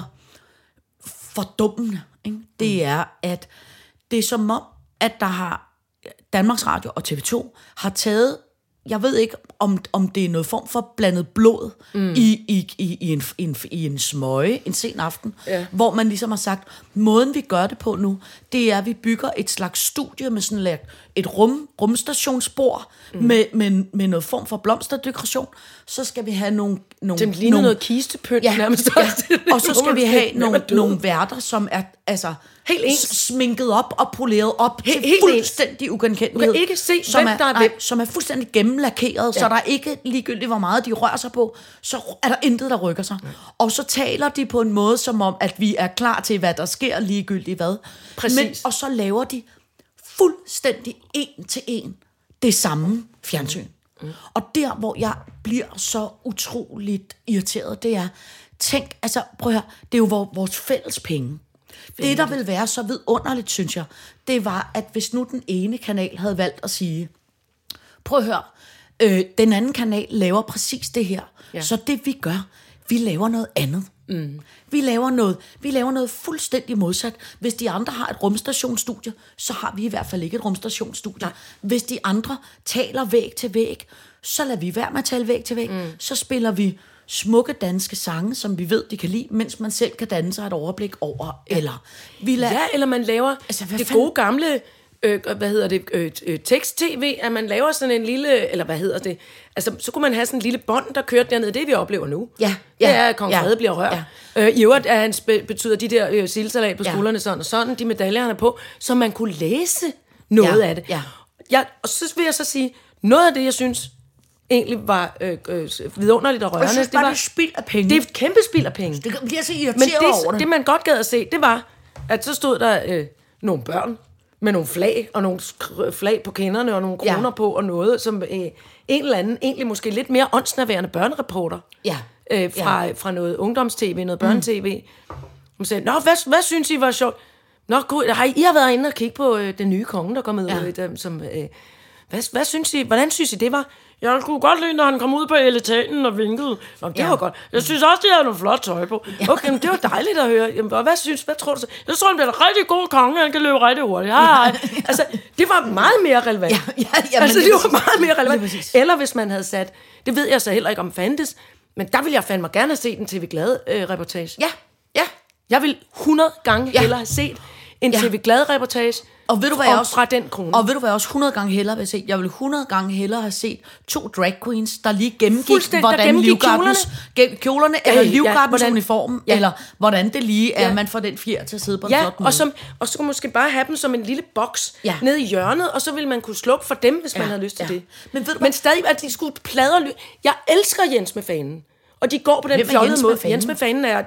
fordummende, ikke? Det er, at det er som om, at der har Danmarks Radio og T V to har taget, jeg ved ikke, om, om det er noget form for blandet blod mm. i, i, i, i, en, i, en, i en smøge, en sen aften, ja. hvor man ligesom har sagt, måden vi gør det på nu, det er, at vi bygger et slags studie med sådan et rum, rumstationsbord mm. med, med, med noget form for blomsterdekoration. Så skal vi have nogle... nogle det ligner nogle, noget kistepynt ja, nærmest. Ja. Og så skal vi have nogle, nogle værter, som er altså helt ens. Sminket op og poleret op helt, til helt fuldstændig ugenkendelighed. Du kan ikke se, som hvem er, der er nej, hvem. Som er fuldstændig gennemlakeret, ja. så der er ikke ligegyldigt, hvor meget de rører sig på, så er der intet, der rykker sig. Ja. Og så taler de på en måde, som om, at vi er klar til, hvad der sker ligegyldigt hvad. Præcis. Men, og så laver de fuldstændig en til en det samme fjernsyn. Mm. Og der, hvor jeg bliver så utroligt irriteret, det er, tænk, altså prøv at høre, det er jo vores fælles penge. Det, der vil være så vidunderligt, synes jeg, det var, at hvis nu den ene kanal havde valgt at sige, prøv at høre, øh, den anden kanal laver præcis det her, ja. så det vi gør, vi laver noget andet. Mm. Vi laver noget, vi laver noget fuldstændig modsat. Hvis de andre har et rumstationsstudie, så har vi i hvert fald ikke et rumstationsstudie. Nej. Hvis de andre taler væg til væg, så lader vi være med at tale væg til væg. Mm. Så spiller vi smukke danske sange, som vi ved, de kan lide, mens man selv kan danne sig et overblik over. Ja. Eller, vi lader, ja, eller man laver altså, det fanden? gode gamle... Øh, hvad hedder det, øh, øh, tekst-tv, at man laver sådan en lille, eller hvad hedder det, altså så kunne man have sådan en lille bånd, der kørte dernede, det vi oplever nu. Ja, ja, det er, ja, at Kong Frede ja, bliver rørt. Ja. Øh, I øvrigt er han spe- betyder de der øh, sildesalat på skuldrene, ja. sådan og sådan, de medaljer han er på, så man kunne læse noget ja, af det. Ja. Ja, og så vil jeg så sige, noget af det, jeg synes egentlig var øh, øh, vidunderligt og rørende. Jeg synes bare, det var spild af penge. Det er et kæmpe spild af penge. Det bliver så irriteret Men det, over det. det, man godt gad at se, det var, at så stod der øh, nogle børn, med nogle flag, og nogle flag på kinderne, og nogle kroner ja. på, og noget, som øh, en eller anden, egentlig måske lidt mere åndsnærværende børnereporter, ja. øh, fra, ja. fra noget ungdomstv, noget børnetv, mm. som sagde, nå, hvad, hvad synes I var sjovt? Nå, gud, har I, I har været inde og kigge på øh, den nye konge, der kom ud, ja. øh, som, øh, hvad, hvad synes I, hvordan synes I, det var? Jeg kunne godt lide, når han kom ud på eletanen og vinkede. Nå, det ja. var godt. Jeg synes også, de havde noget flot tøj på. Okay, men det var dejligt at høre. Jamen, og hvad synes, hvad tror du så? Jeg tror, han bliver en rigtig god konge, han kan løbe rigtig hurtigt. Ja, ja. Altså, det var meget mere relevant. Ja, ja, ja, altså, det, det var meget mere relevant. Eller hvis man havde sat, det ved jeg så heller ikke om fandtes, men der ville jeg fandme gerne have set en T V Glad-reportage. Ja, ja. Jeg vil hundrede gange ja. hellere have set en ja. T V Glad-reportage, og ved du hvad jeg også fra den krone. Og ved du hvad jeg også hundrede gange hellere vil have set? Jeg vil hundrede gange hellere have set to drag queens, der lige gennemgik, hvordan livgardens kjolerne, kjolerne ja, eller livgardens ja, uniform, ja. eller hvordan det lige er, ja. man får den fjer til at sidde på en ja, flot måde. og, som, og så kunne man måske bare have dem som en lille boks ja. nede i hjørnet, og så ville man kunne slukke for dem, hvis ja. man havde lyst til ja. det. Men, ved du Men stadig, at de skulle pladre lø- Jeg elsker Jens med fanen, og de går på den fjollede måde. Jens med fanen er...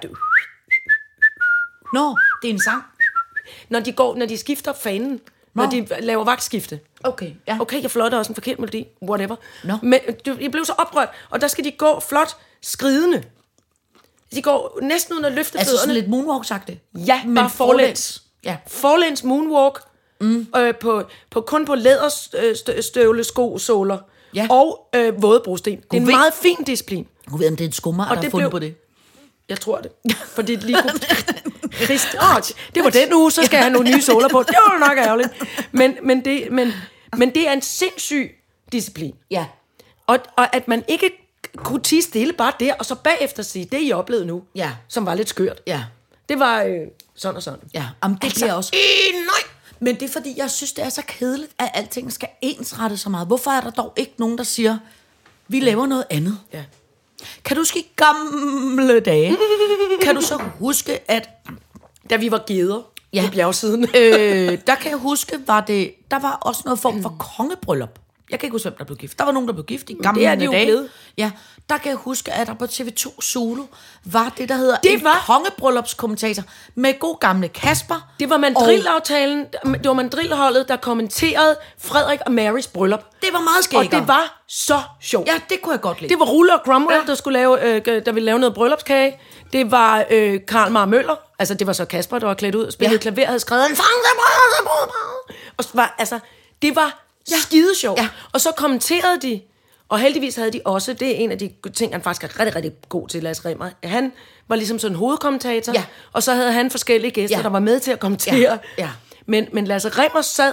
Nå, det er en sang. Når de går, når de skifter fanen, no. når de laver vagtskifte. Okay, ja. Okay, jeg flotter også en forkert melodi, whatever. No. Men jeg blev så oprørt, og der skal de gå flot skridende. De går næsten uden at løfte altså fødderne. Altså lidt moonwalk-sagtigt? Ja, men bare forlæns. Ja. Forlæns moonwalk, mm. øh, på, på, kun på læderstøvle, sko, såler. Ja. og øh, våde brosten. Det er en ved- meget fin disciplin. Jeg ved, om det er et skummer, der Og har det fundet blev- på det. Jeg tror det. Fordi det lige kunne... Christ, oh, det var den uge, så skal jeg have nogle nye såler på. Det var nok ærgerligt. Men, men, det, men, men det er en sindssyg disciplin. Ja. Og, og at man ikke kunne tie stille bare der, og så bagefter sige, det I oplevede nu, Ja. som var lidt skørt. Ja. Det var øh, sådan og sådan. Ja, jamen, det Altså, bliver også... Øh, nej! Men det er fordi, jeg synes, det er så kedeligt, at alting skal ensrette så meget. Hvorfor er der dog ikke nogen, der siger, vi laver noget andet? Ja. Kan du huske i gamle dage? Kan du så huske, at... Da vi var geder Ja. på bjergsiden. øh, der kan jeg huske, var det, der var også noget form for kongebryllup. Jeg kan ikke huske, hvem der blev gift. Der var nogen, der blev gift i gamle det er de jo dage. blevet. Ja, der kan jeg huske, at der på T V to Zulu var det, der hedder Det en var- kongebryllupskommentator med god gamle Kasper. Det var mandrillaftalen, det var mandrillholdet, der kommenterede Frederik og Marys bryllup. Det var meget skægt. Og det var så sjovt. Ja, det kunne jeg godt lide. Det var Rulle og Cromwell, Ja. der skulle lave, øh, der ville lave noget bryllupskage. Det var øh, Karl Mar Møller, altså det var så Kasper, der var klædt ud og spillede Ja. klaver, havde skrevet en sang, der brød, der brød, brød. Og så var, altså, det var Ja. skide sjovt. Ja. Og så kommenterede de, og heldigvis havde de også, det er en af de ting, han faktisk er rigtig, rigtig god til, Lasse Rimmer. Han var ligesom sådan en hovedkommentator, Ja. og så havde han forskellige gæster, Ja. der var med til at kommentere. Ja. Ja. Men, men Lasse Rimmer sad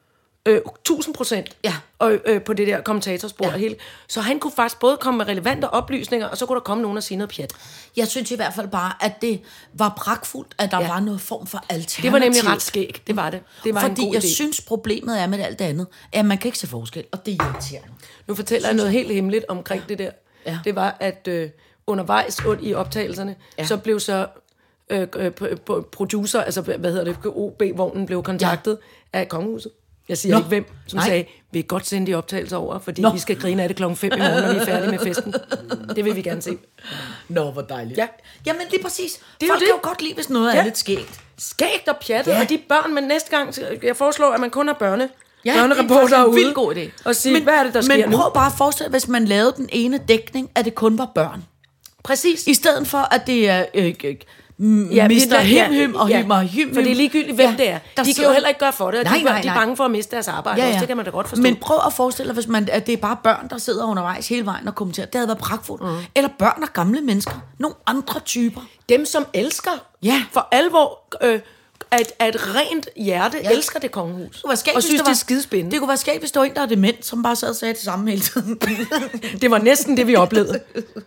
øh, tusind procent Ja. og, øh, på det der kommentatorspor. Ja. Ja. Hele. Så han kunne faktisk både komme med relevante oplysninger, og så kunne der komme nogen og sige noget pjat. Jeg synes i hvert fald bare, at det var pragtfuldt, at der Ja. var noget form for alternativ. Det var nemlig ret skægt. Det var det. Det var Fordi en god jeg idé. synes, problemet er med alt det andet, at man kan ikke se forskel, og det er irriterende. Nu fortæller jeg noget helt hemmeligt omkring ja. det der. Ja. Det var, at øh, undervejs und i optagelserne, Ja. ja. så blev så øh, øh, p- p- producer, altså hvad hedder det, O B-vognen blev kontaktet ja. af Kongehuset. Jeg siger Nå. ikke hvem, som Nej. sagde, vi godt sende de optagelser over, fordi Nå. vi skal grine af det klokken fem i morgen, når vi er færdige med festen. Det vil vi gerne se. Nå, hvor dejligt. Ja. Jamen lige præcis. Det er jo Folk det. kan jo godt lide, hvis noget ja. Ja. er lidt skægt. Skægt og pjattet, Ja. ja. og de børn, men næste gang, jeg foreslår, at man kun har børne, Ja, børnereporter det er faktisk en ude. vildt god idé. Og sige, men, hvad er det, der sker Men nu? prøv bare at forestille dig, hvis man lavede den ene dækning, at det kun var børn. Præcis. I stedet for, at det er øh, øh, Ja, mister det- Him Him og Hym og Hym. For det er ligegyldigt, hvem Ja, det er. der De kan sidder- jo heller ikke gøre for det, og Nej, de, nej, de er nej. bange for at miste deres arbejde. Ja, ja. Også, det kan man da godt forstå. Men prøv at forestille dig, hvis man, at det er bare børn, der sidder undervejs hele vejen og kommenterer. Det havde været pragtfuldt. Mm. Eller børn og gamle mennesker. Nogle andre typer. Dem, som elsker Ja. for alvor, øh, at, at et rent hjerte Ja. ja. elsker det kongehus. Det kunne være skægt, og hvis synes, det det var- er skidespændende. Det kunne være skægt, hvis der var en, der er dement, som bare sad og sagde det samme hele tiden. Det var næsten det, vi oplevede.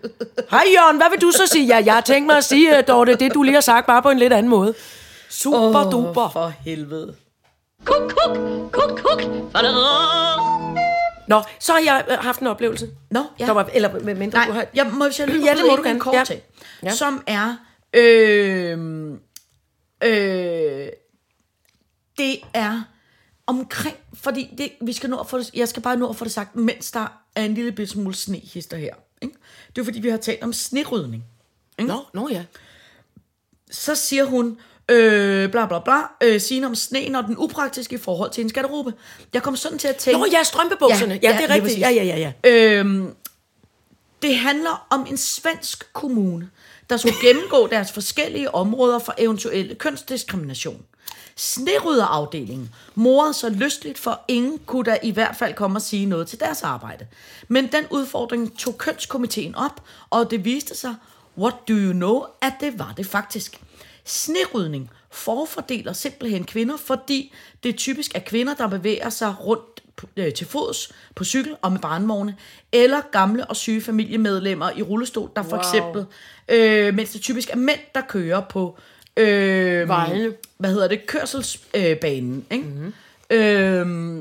Hej Jørgen, hvad vil du så sige? Ja, jeg har tænkt mig at sige, uh, Dorte, det du lige har sagt, bare på en lidt anden måde. Super oh, duper. For helvede. Kuk, kuk, kuk, kuk. Nå, så har jeg øh, haft en oplevelse. Nå, ja. Der var, eller med mindre Nej, du har... jeg må jeg lige Ja, det må du en gerne. kort Ja. ting, Ja. som er øh, øh, det er omkring, fordi det, vi skal nå at få det, jeg skal bare nå at få det sagt, mens der er en lille bitte smule snehister her. Ikke? Det er fordi, vi har talt om snerydning. Nå, nå ja. Så siger hun, øh, bla bla bla, øh, Signe om sneen og den upraktiske i forhold til hendes garderobe. Jeg kom sådan til at tænke... Nå ja, strømpebukserne. Ja, ja, det er lige rigtigt. præcis. Ja, ja, ja, ja. Øhm, det handler om en svensk kommune, der skulle gennemgå deres forskellige områder for eventuelle kønsdiskrimination. Snerydderafdelingen morede så lystligt, for ingen kunne da i hvert fald komme og sige noget til deres arbejde. Men den udfordring tog kønskomiteen op, og det viste sig, what do you know, at det var det faktisk. Snerydning forfordeler simpelthen kvinder, fordi det typisk er kvinder, der bevæger sig rundt øh, til fods på cykel og med barnvogne, eller gamle og syge familiemedlemmer i rullestol, der for Wow. eksempel, øh, mens det typisk er mænd, der kører på øh, Vejene. hvad hedder det, kørselsbanen, ikke? Mm-hmm. Øh,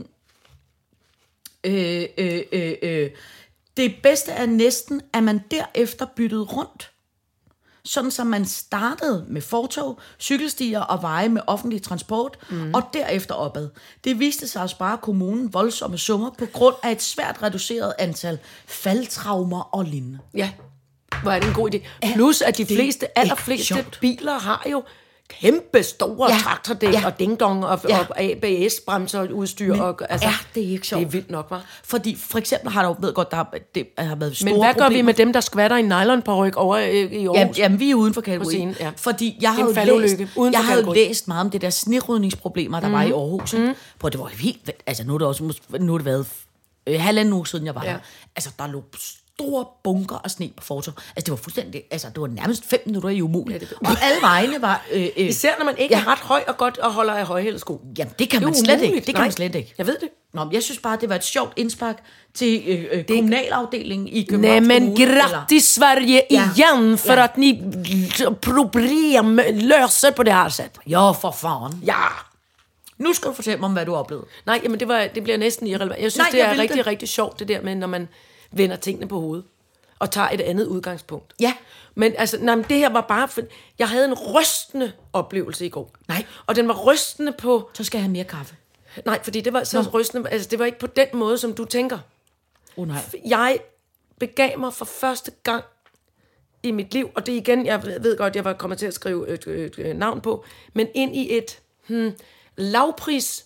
øh, øh, øh, øh. Det bedste er næsten, at man derefter byttede rundt. Sådan som man startede med fortov, cykelstier og veje med offentlig transport, mm. og derefter opad. Det viste sig at spare kommunen voldsomme summer på grund af et svært reduceret antal faldtraumer og lignende. Ja, hvor er det en god idé. Plus, at de det fleste, ikke allerfleste sjovt? biler har jo kæmpe store Ja, ja. traktordæk ja. og dingdong og, Ja. og A B S-bremser udstyr. Men og, altså, er det ikke sjovt? Det er vildt nok, hva'? Fordi for eksempel har der jo, ved godt, der har, det har været store Men hvad gør vi problemer. med dem, der skvatter i nylonparyk over øh, i Aarhus? Jamen, jamen, vi er uden for kategorien. scenen, ja. Fordi jeg Det er havde en jo faldulykke, læst, uden for jeg havde kategori. læst meget om det der snerydningsproblemer, der mm. var i Aarhus. Mm. På det var helt, altså nu er det også, nu har det været øh, halvanden uge siden, jeg var Ja. her. Altså, der lå store bunker af sne på fortov. Altså, det var fuldstændig, altså, det var nærmest fem minutter i umuligt. Ja, og alle vejene var... Øh, øh, Især når man ikke ja. er ret høj og godt og holder af højhældesko. Jamen, det kan Det er man slet umuligt. ikke. Det kan Nej. man slet ikke. Jeg ved det. Nå, men jeg synes bare, det var et sjovt indspark til øh, øh, kommunalafdelingen i Københavns Nej, men Kommune. grattis Sverige Ja. igen för Ja. att ni problem löser på det här sättet. Ja, for faren. Ja. Nu skal du fortælle mig om, hvad du oplevede. Nej, jamen det, var, det bliver næsten irrelevant. Jeg synes, Nej, Nej, det jeg er vil rigtig, det. rigtig sjovt, det der med, når man vender tingene på hovedet og tager et andet udgangspunkt. Ja. Men altså, nej, men det her var bare... For, jeg havde en rystende oplevelse i går. Nej. Og den var rystende på... Så skal jeg have mere kaffe. Nej, fordi det var så rystende... Altså, det var ikke på den måde, som du tænker. Oh, nej. Jeg begav mig for første gang i mit liv, og det er igen, jeg ved godt, jeg var kommet til at skrive et, et, et navn på, men ind i et hmm, lavpris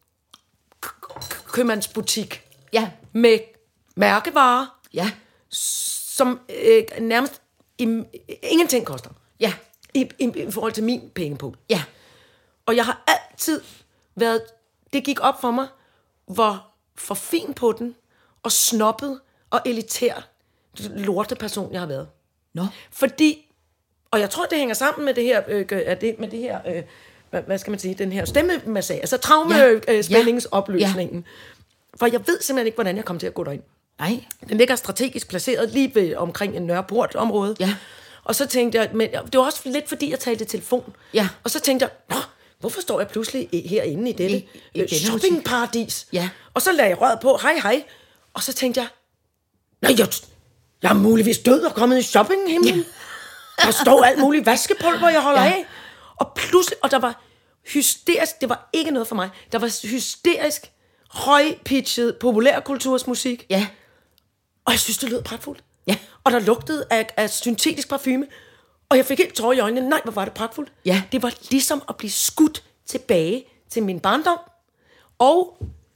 købmandsbutik Ja. med mærkevarer, Ja. som øh, nærmest i, ingenting koster Ja. i, i, i forhold til min pengepung. Ja. Og jeg har altid været... Det gik op for mig, hvor for fin på den, og snobbet og elitær lorteperson, jeg har været. Nå. Fordi... Og jeg tror, det hænger sammen med det her... Øh, er det, med det her øh, hvad, hvad skal man sige? Den her stemmemassage. Altså traumespændingsopløsningen. Ja. For jeg ved simpelthen ikke, hvordan jeg kom til at gå derind. Nej. Den ligger strategisk placeret lige ved, omkring en Nørreport-område. Ja. Og så tænkte jeg, men det var også lidt fordi, jeg talte i telefon. Ja. Og så tænkte jeg, nå, hvorfor står jeg pludselig i- herinde i dette I- i øh, denne shoppingparadis? Ja. Og så lagde jeg røret på, hej hej. Og så tænkte jeg, nej, jeg, jeg er muligvis død og kommet i shoppinghimlen. Ja. Der står alt muligt vaskepulver, jeg holder Ja. af. Og pludselig, og der var hysterisk, det var ikke noget for mig, der var hysterisk, højpitchet populærkultursmusik. Ja. Og jeg synes, det lød pragtfuldt. Ja. Og der lugtede af, af syntetisk parfume. Og jeg fik helt tårer i øjnene. Nej, hvor var det pragtfuldt. Ja. Det var ligesom at blive skudt tilbage til min barndom. Og,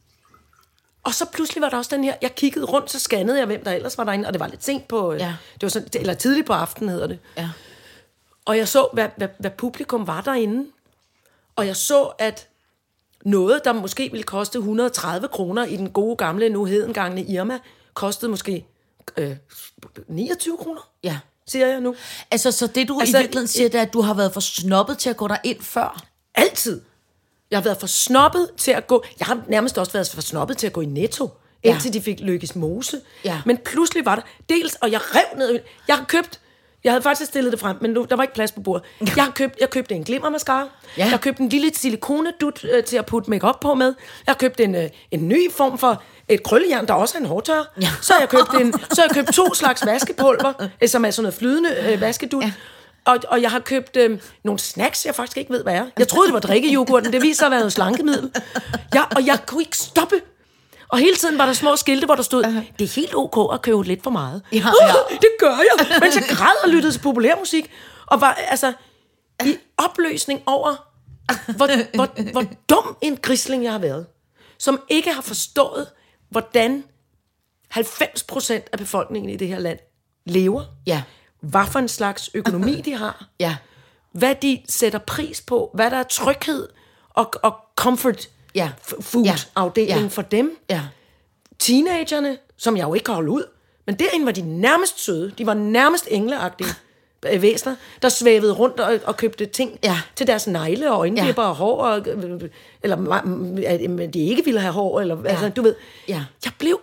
og så pludselig var der også den her... Jeg kiggede rundt, så scannede jeg, hvem der ellers var derinde. Og det var lidt sent på... Ja. Det var sådan, eller tidligt på aftenen, hedder det. Ja. Og jeg så, hvad, hvad, hvad publikum var derinde. Og jeg så, at noget, der måske ville koste et hundrede og tredive kroner i den gode gamle, nu hedengangne Irma, kostede måske øh, niogtyve kroner, Ja. siger jeg nu. Altså, så det du Altså, i virkeligheden siger, det er, at du har været for snobbet til at gå derind før. Altid. Jeg har været for snobbet til at gå... Jeg har nærmest også været for snobbet til at gå i Netto, Ja. indtil de fik Lykkes Mose. Ja. Men pludselig var der... Dels, og jeg rev ned... Jeg har købt... Jeg havde faktisk stillet det frem, men nu, der var ikke plads på bordet. Jeg har købt, jeg købte en glimmermascara. Ja. Jeg har købt en lille silikonedut øh, til at putte makeup på med. Jeg har købt en, øh, en ny form for et krøllejern, der også er en hårtørrer. Ja. Så har jeg købt, en, så har jeg købt to slags vaskepulver, øh, som er sådan noget flydende øh, vaskedut. Ja. Og, og jeg har købt øh, nogle snacks, jeg faktisk ikke ved, hvad er. Jeg troede, det var drikkejoghurten. Det viser sig at være noget slankemiddel. Ja, og jeg kunne ikke stoppe. Og hele tiden var der små skilte, hvor der stod, det er helt ok at købe lidt for meget. Ja, ja. Uh, det gør jeg, mens jeg græd og lyttede til populærmusik. Og var altså i opløsning over, hvor, hvor, hvor dum en grisling jeg har været. Som ikke har forstået, hvordan halvfems procent af befolkningen i det her land lever. Ja. Hvad for en slags økonomi de har. Ja. Hvad de sætter pris på. Hvad der er tryghed og, og comfort Ja. f- food Ja. afdelingen Ja. for dem. Ja. Teenagerne, som jeg jo ikke kan holde ud. Men derinde var de nærmest søde. De var nærmest engleagtige øh, væsener, der svævede rundt og, og købte ting Ja. til deres negle og øjenvipper Ja. og hår. Og, øh, eller øh, at de ikke ville have hår. Eller, ja. Altså, du ved. Ja. Jeg blev...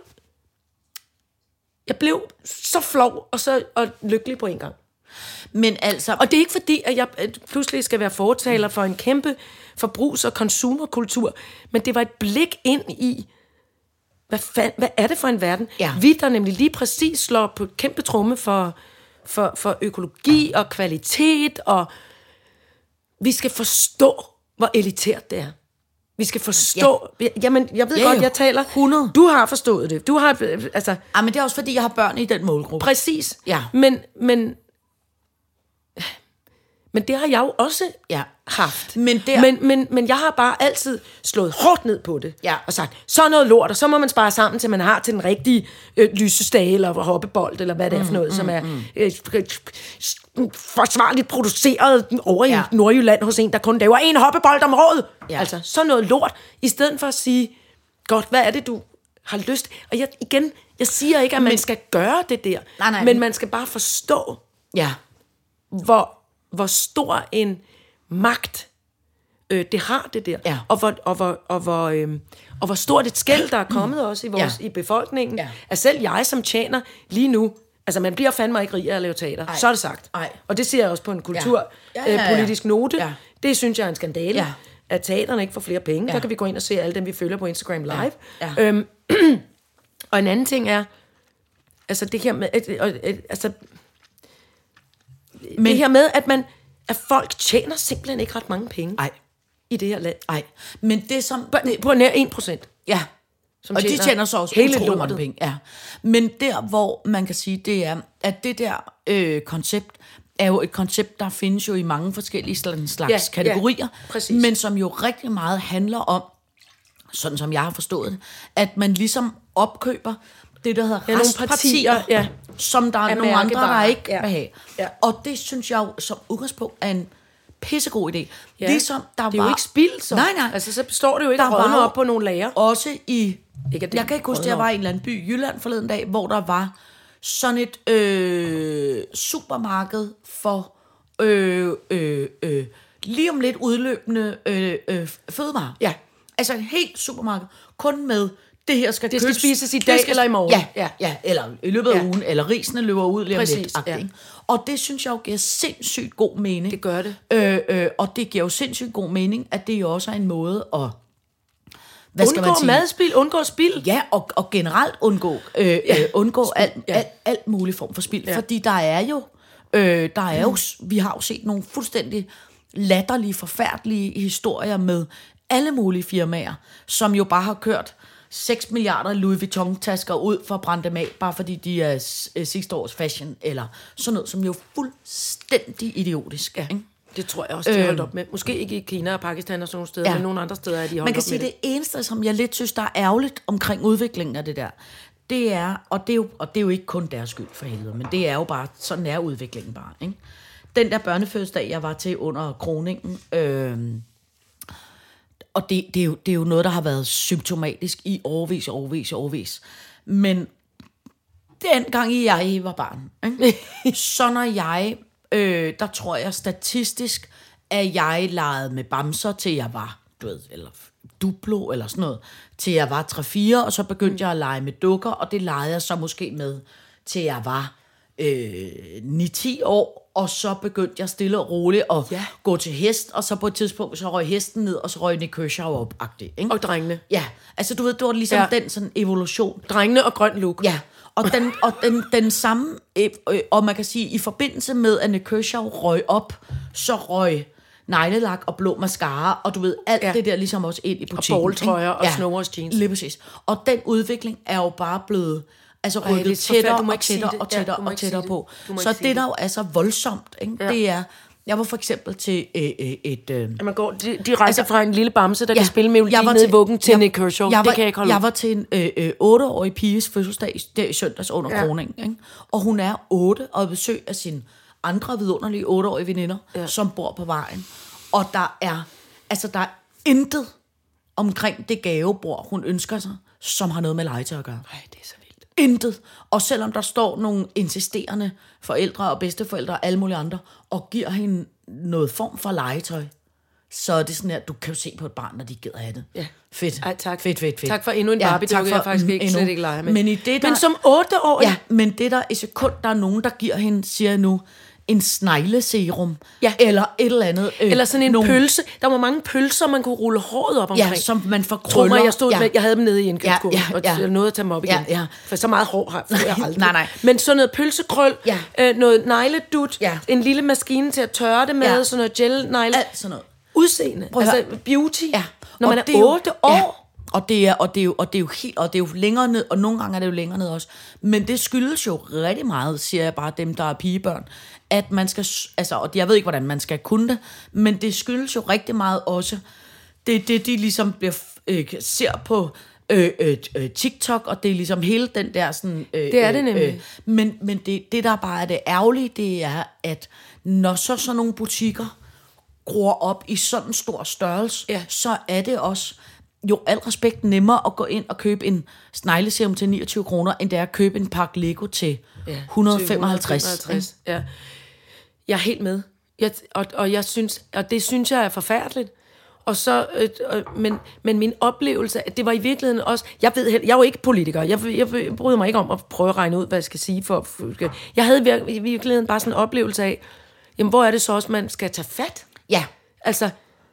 Jeg blev så flov og så og lykkelig på en gang. Men altså... Og det er ikke fordi, at jeg pludselig skal være fortaler for en kæmpe forbrugs- og konsumerkultur, men det var et blik ind i, hvad, fand, hvad er det for en verden? Ja. Vi, der nemlig lige præcis slår på kæmpe tromme for, for, for økologi og kvalitet, og vi skal forstå, hvor elitært det er. Vi skal forstå... Ja. Jamen, jeg ved Ja, godt, jo. jeg taler... hundrede. Du har forstået det. Du har... Altså, Ah, men det er også fordi, jeg har børn i den målgruppe. præcis. Ja. Men, men... Men det har jeg jo også Ja. haft. Men der- men, men, men jeg har bare altid slået hårdt ned på det. Ja. Og sagt, så er noget lort, og så må man spare sammen, til man har til den rigtige øh, lysestage, eller hoppebold, eller hvad det er for noget, mm, som er øh, øh, forsvarligt produceret over Ja. i Nordjylland hos en, der kun laver en hoppebold om året. Ja. Altså, så noget lort. I stedet for at sige, godt, hvad er det, du har lyst. Og jeg, igen, jeg siger ikke, at man Men- skal gøre det der. Nej, nej, men men- man skal bare forstå, Ja. hvor, hvor stor en magt øh, det har, det der. Ja. Og, hvor, og, hvor, og, hvor, øh, og hvor stort et skæld, der er kommet også i, vores, Ja. i befolkningen. Ja. At selv jeg, som tjener lige nu, altså man bliver fandme ikke rig af at lave teater. Ej. Så er det sagt. Ej. Og det siger jeg også på en kulturpolitisk Ja. Ja, ja, ja, ja. note. Ja. Det synes jeg er en skandale. Ja. At teaterne ikke får flere penge. Ja. Der kan vi gå ind og se alle dem, vi følger på Instagram Live. Ja. Øhm, og en anden ting er, altså det her med, at, at, at, altså, Men, det her med, at man, at folk tjener simpelthen ikke ret mange penge Ej. i det her land. Ej. Men det som... På, på nær en procent. Ja. Som Og de tjener tjener så også hele utrolig mange lortet. penge. Ja. Men der, hvor man kan sige, det er, at det der øh, koncept er jo et koncept, der findes jo i mange forskellige slags Ja, ja, ja, kategorier, præcis. men som jo rigtig meget handler om, sådan som jeg har forstået det, at man ligesom opkøber det, der hedder Ja, nogle restpartier, partier, ja. som der er Af nogle andre, der mærkevarer. ikke Ja. vil have. Ja. Og det synes jeg jo som udgangspunkt er en pissegod idé. Ja. Ligesom der Det er var... jo ikke spild, så. Nej, nej. Altså, så står det jo ikke Der var rådne jo op på nogle lager. Også i... Ikke, at det jeg kan ikke huske, at jeg rådner var op. i en eller anden by i Jylland forleden dag, hvor der var sådan et øh, supermarked for øh, øh, øh, lige om lidt udløbende øh, øh, fødevarer. Ja. Altså et helt supermarked, kun med det her skal Det skal købes- spises i det dag skal- eller i morgen. Ja, Ja. ja. ja, eller i løbet af Ja. ugen, eller risene løber ud lige om Præcis, lidt. ja. Ja. Og det synes jeg jo giver sindssygt god mening. Det gør det. Øh, øh, og det giver jo sindssygt god mening, at det jo også er en måde at... Hvad skal man Undgå sige? madspil, undgå spild. Ja, og, og generelt undgå, øh, ja. øh, undgå alt, ja. alt, alt mulig form for spild. Ja. Ja. Fordi der er jo, øh, der er jo, vi har jo set nogle fuldstændig latterlige, forfærdelige historier med alle mulige firmaer, som jo bare har kørt seks milliarder Louis Vuitton-tasker ud for at brænde dem af, bare fordi de er s- øh, sidste års fashion, eller sådan noget, som jo er fuldstændig idiotisk. Ja. Ikke? Det tror jeg også, de har holdt op med. Måske ikke i Kina og Pakistan og sådan nogle steder, ja. Men nogle andre steder er de holdt Man kan op sige, med det eneste, som jeg lidt synes, der er ærgerligt omkring udviklingen af det der, det er, og det er jo, og det er jo ikke kun deres skyld for helvede, men det er jo bare, sådan er udviklingen bare. Ikke? Den der børnefødselsdag, jeg var til under kroningen, øh, og det, det, er jo, det er jo noget, der har været symptomatisk i årevis, årevis, årevis. Men dengang jeg var barn, ikke? Så når jeg, øh, der tror jeg statistisk, at jeg legede med bamser, til jeg var, du ved, eller Duplo, eller sådan noget, til jeg var tre fire, og så begyndte jeg at lege med dukker, og det legede jeg så måske med, til jeg var øh, ni ti år, og så begyndte jeg stille og roligt at Ja. gå til hest, og så på et tidspunkt, så røg hesten ned, og så røg Nick Kershaw op-agtigt, ikke? Og drengene. Ja, altså du ved, det var ligesom Ja. ja. den sådan evolution. Drengene og grøn look. Ja, og den, og den, den samme, øh, øh, og man kan sige, i forbindelse med, at Nick Kershaw røg op, så røg neglelak og blå mascara, og du ved, alt Ja. ja. det der ligesom også ind i butikken. balltrøjer ikke? og Snowers jeans. Lige præcis. Og den udvikling er jo bare blevet altså Ej, det er rykket så forfærdeligt. tættere Du må og ikke sige tættere det. og Ja, tættere du må og ikke tættere sige på. det. Du må Så ikke sige det, der jo er så voldsomt, ikke? Ja. Det er, jeg var for eksempel til øh, øh, et... Øh, At man går direkte altså, Altså- fra en lille bamse, der ja, kan spille jeg melodi var ned i vuggen til jeg- Nick Kershaw. Jeg Det var, kan jeg ikke holde Jeg ud. var til en øh, øh, otteårig piges fødselsdag i- der i søndags under Ja. ja. kroningen. Ikke? Og hun er otte og besøg af sine andre vidunderlige otteårige veninder, Ja. ja. som bor på vejen. Og der er, altså der er intet omkring det gavebord, hun ønsker sig, som har noget med legetøj at gøre. Ej, det er så vildt. Intet. Og selvom der står nogle insisterende forældre og bedsteforældre og alle mulige andre, og giver hende noget form for legetøj, så er det sådan her, du kan jo se på et barn, når de gider have det. Ja. Fedt. Ej, tak. Fedt, fedt, fedt. Tak for endnu en Ja, Barbie-dukke, tak for- jeg faktisk mm, ikke, endnu. slet ikke leger med. Men i det, der- Men som otteårig? Ja, men det der i sekund, der er nogen, der giver hende, siger jeg nu, en snegleserum, Ja. eller et eller andet. Øh, Eller sådan en nogle- pølse. Der var mange pølser, man kunne rulle håret op omkring. Ja, som man får Tro mig, krøller. jeg stod Ja. med, jeg havde dem nede i indkøbskurven, Ja, ja, og ja. jeg nåede at tage dem op igen. Ja, ja. For så meget hår har jeg aldrig. Nej, nej. Men sådan noget pølsekrøl, Ja. øh, noget negledut, Ja. en lille maskine til at tørre det med, Ja. sådan noget gel-negle. Alt sådan noget. Udseende, Prøv at altså høre. beauty, Ja. når Og man det er jo- otte år. Ja. Og det er og det er jo og det er jo helt og det er jo længere ned, og nogle gange er det jo længere ned også. Men det skyldes jo rigtig meget, siger jeg bare dem der er pigebørn, at man skal s- altså og jeg ved ikke hvordan man skal kunne det, men det skyldes jo rigtig meget også det det de ligesom bliver øh, ser på øh, øh, øh, TikTok, og det er ligesom hele den der sådan øh, Det er det nemlig. Øh, men men det det der bare er det ærgerlige, det er at når så sådan nogle butikker gror op i sådan en stor størrelse, Ja. så er det også, jo al respekt nemmere at gå ind og købe en snegleserum til niogtyve kroner, end det er at købe en pakke Lego til ja, et hundrede og femoghalvtreds. Ja. Jeg er helt med. Jeg, og, og, jeg synes, og det synes jeg er forfærdeligt. Og så, øh, øh, men, men min oplevelse, at det var i virkeligheden også... Jeg ved, jeg er jo ikke politiker. Jeg, jeg bryder mig ikke om at prøve at regne ud, hvad jeg skal sige. For, for jeg havde i virkeligheden bare sådan en oplevelse af, jamen, hvor er det så også, man skal tage fat? Ja. Altså,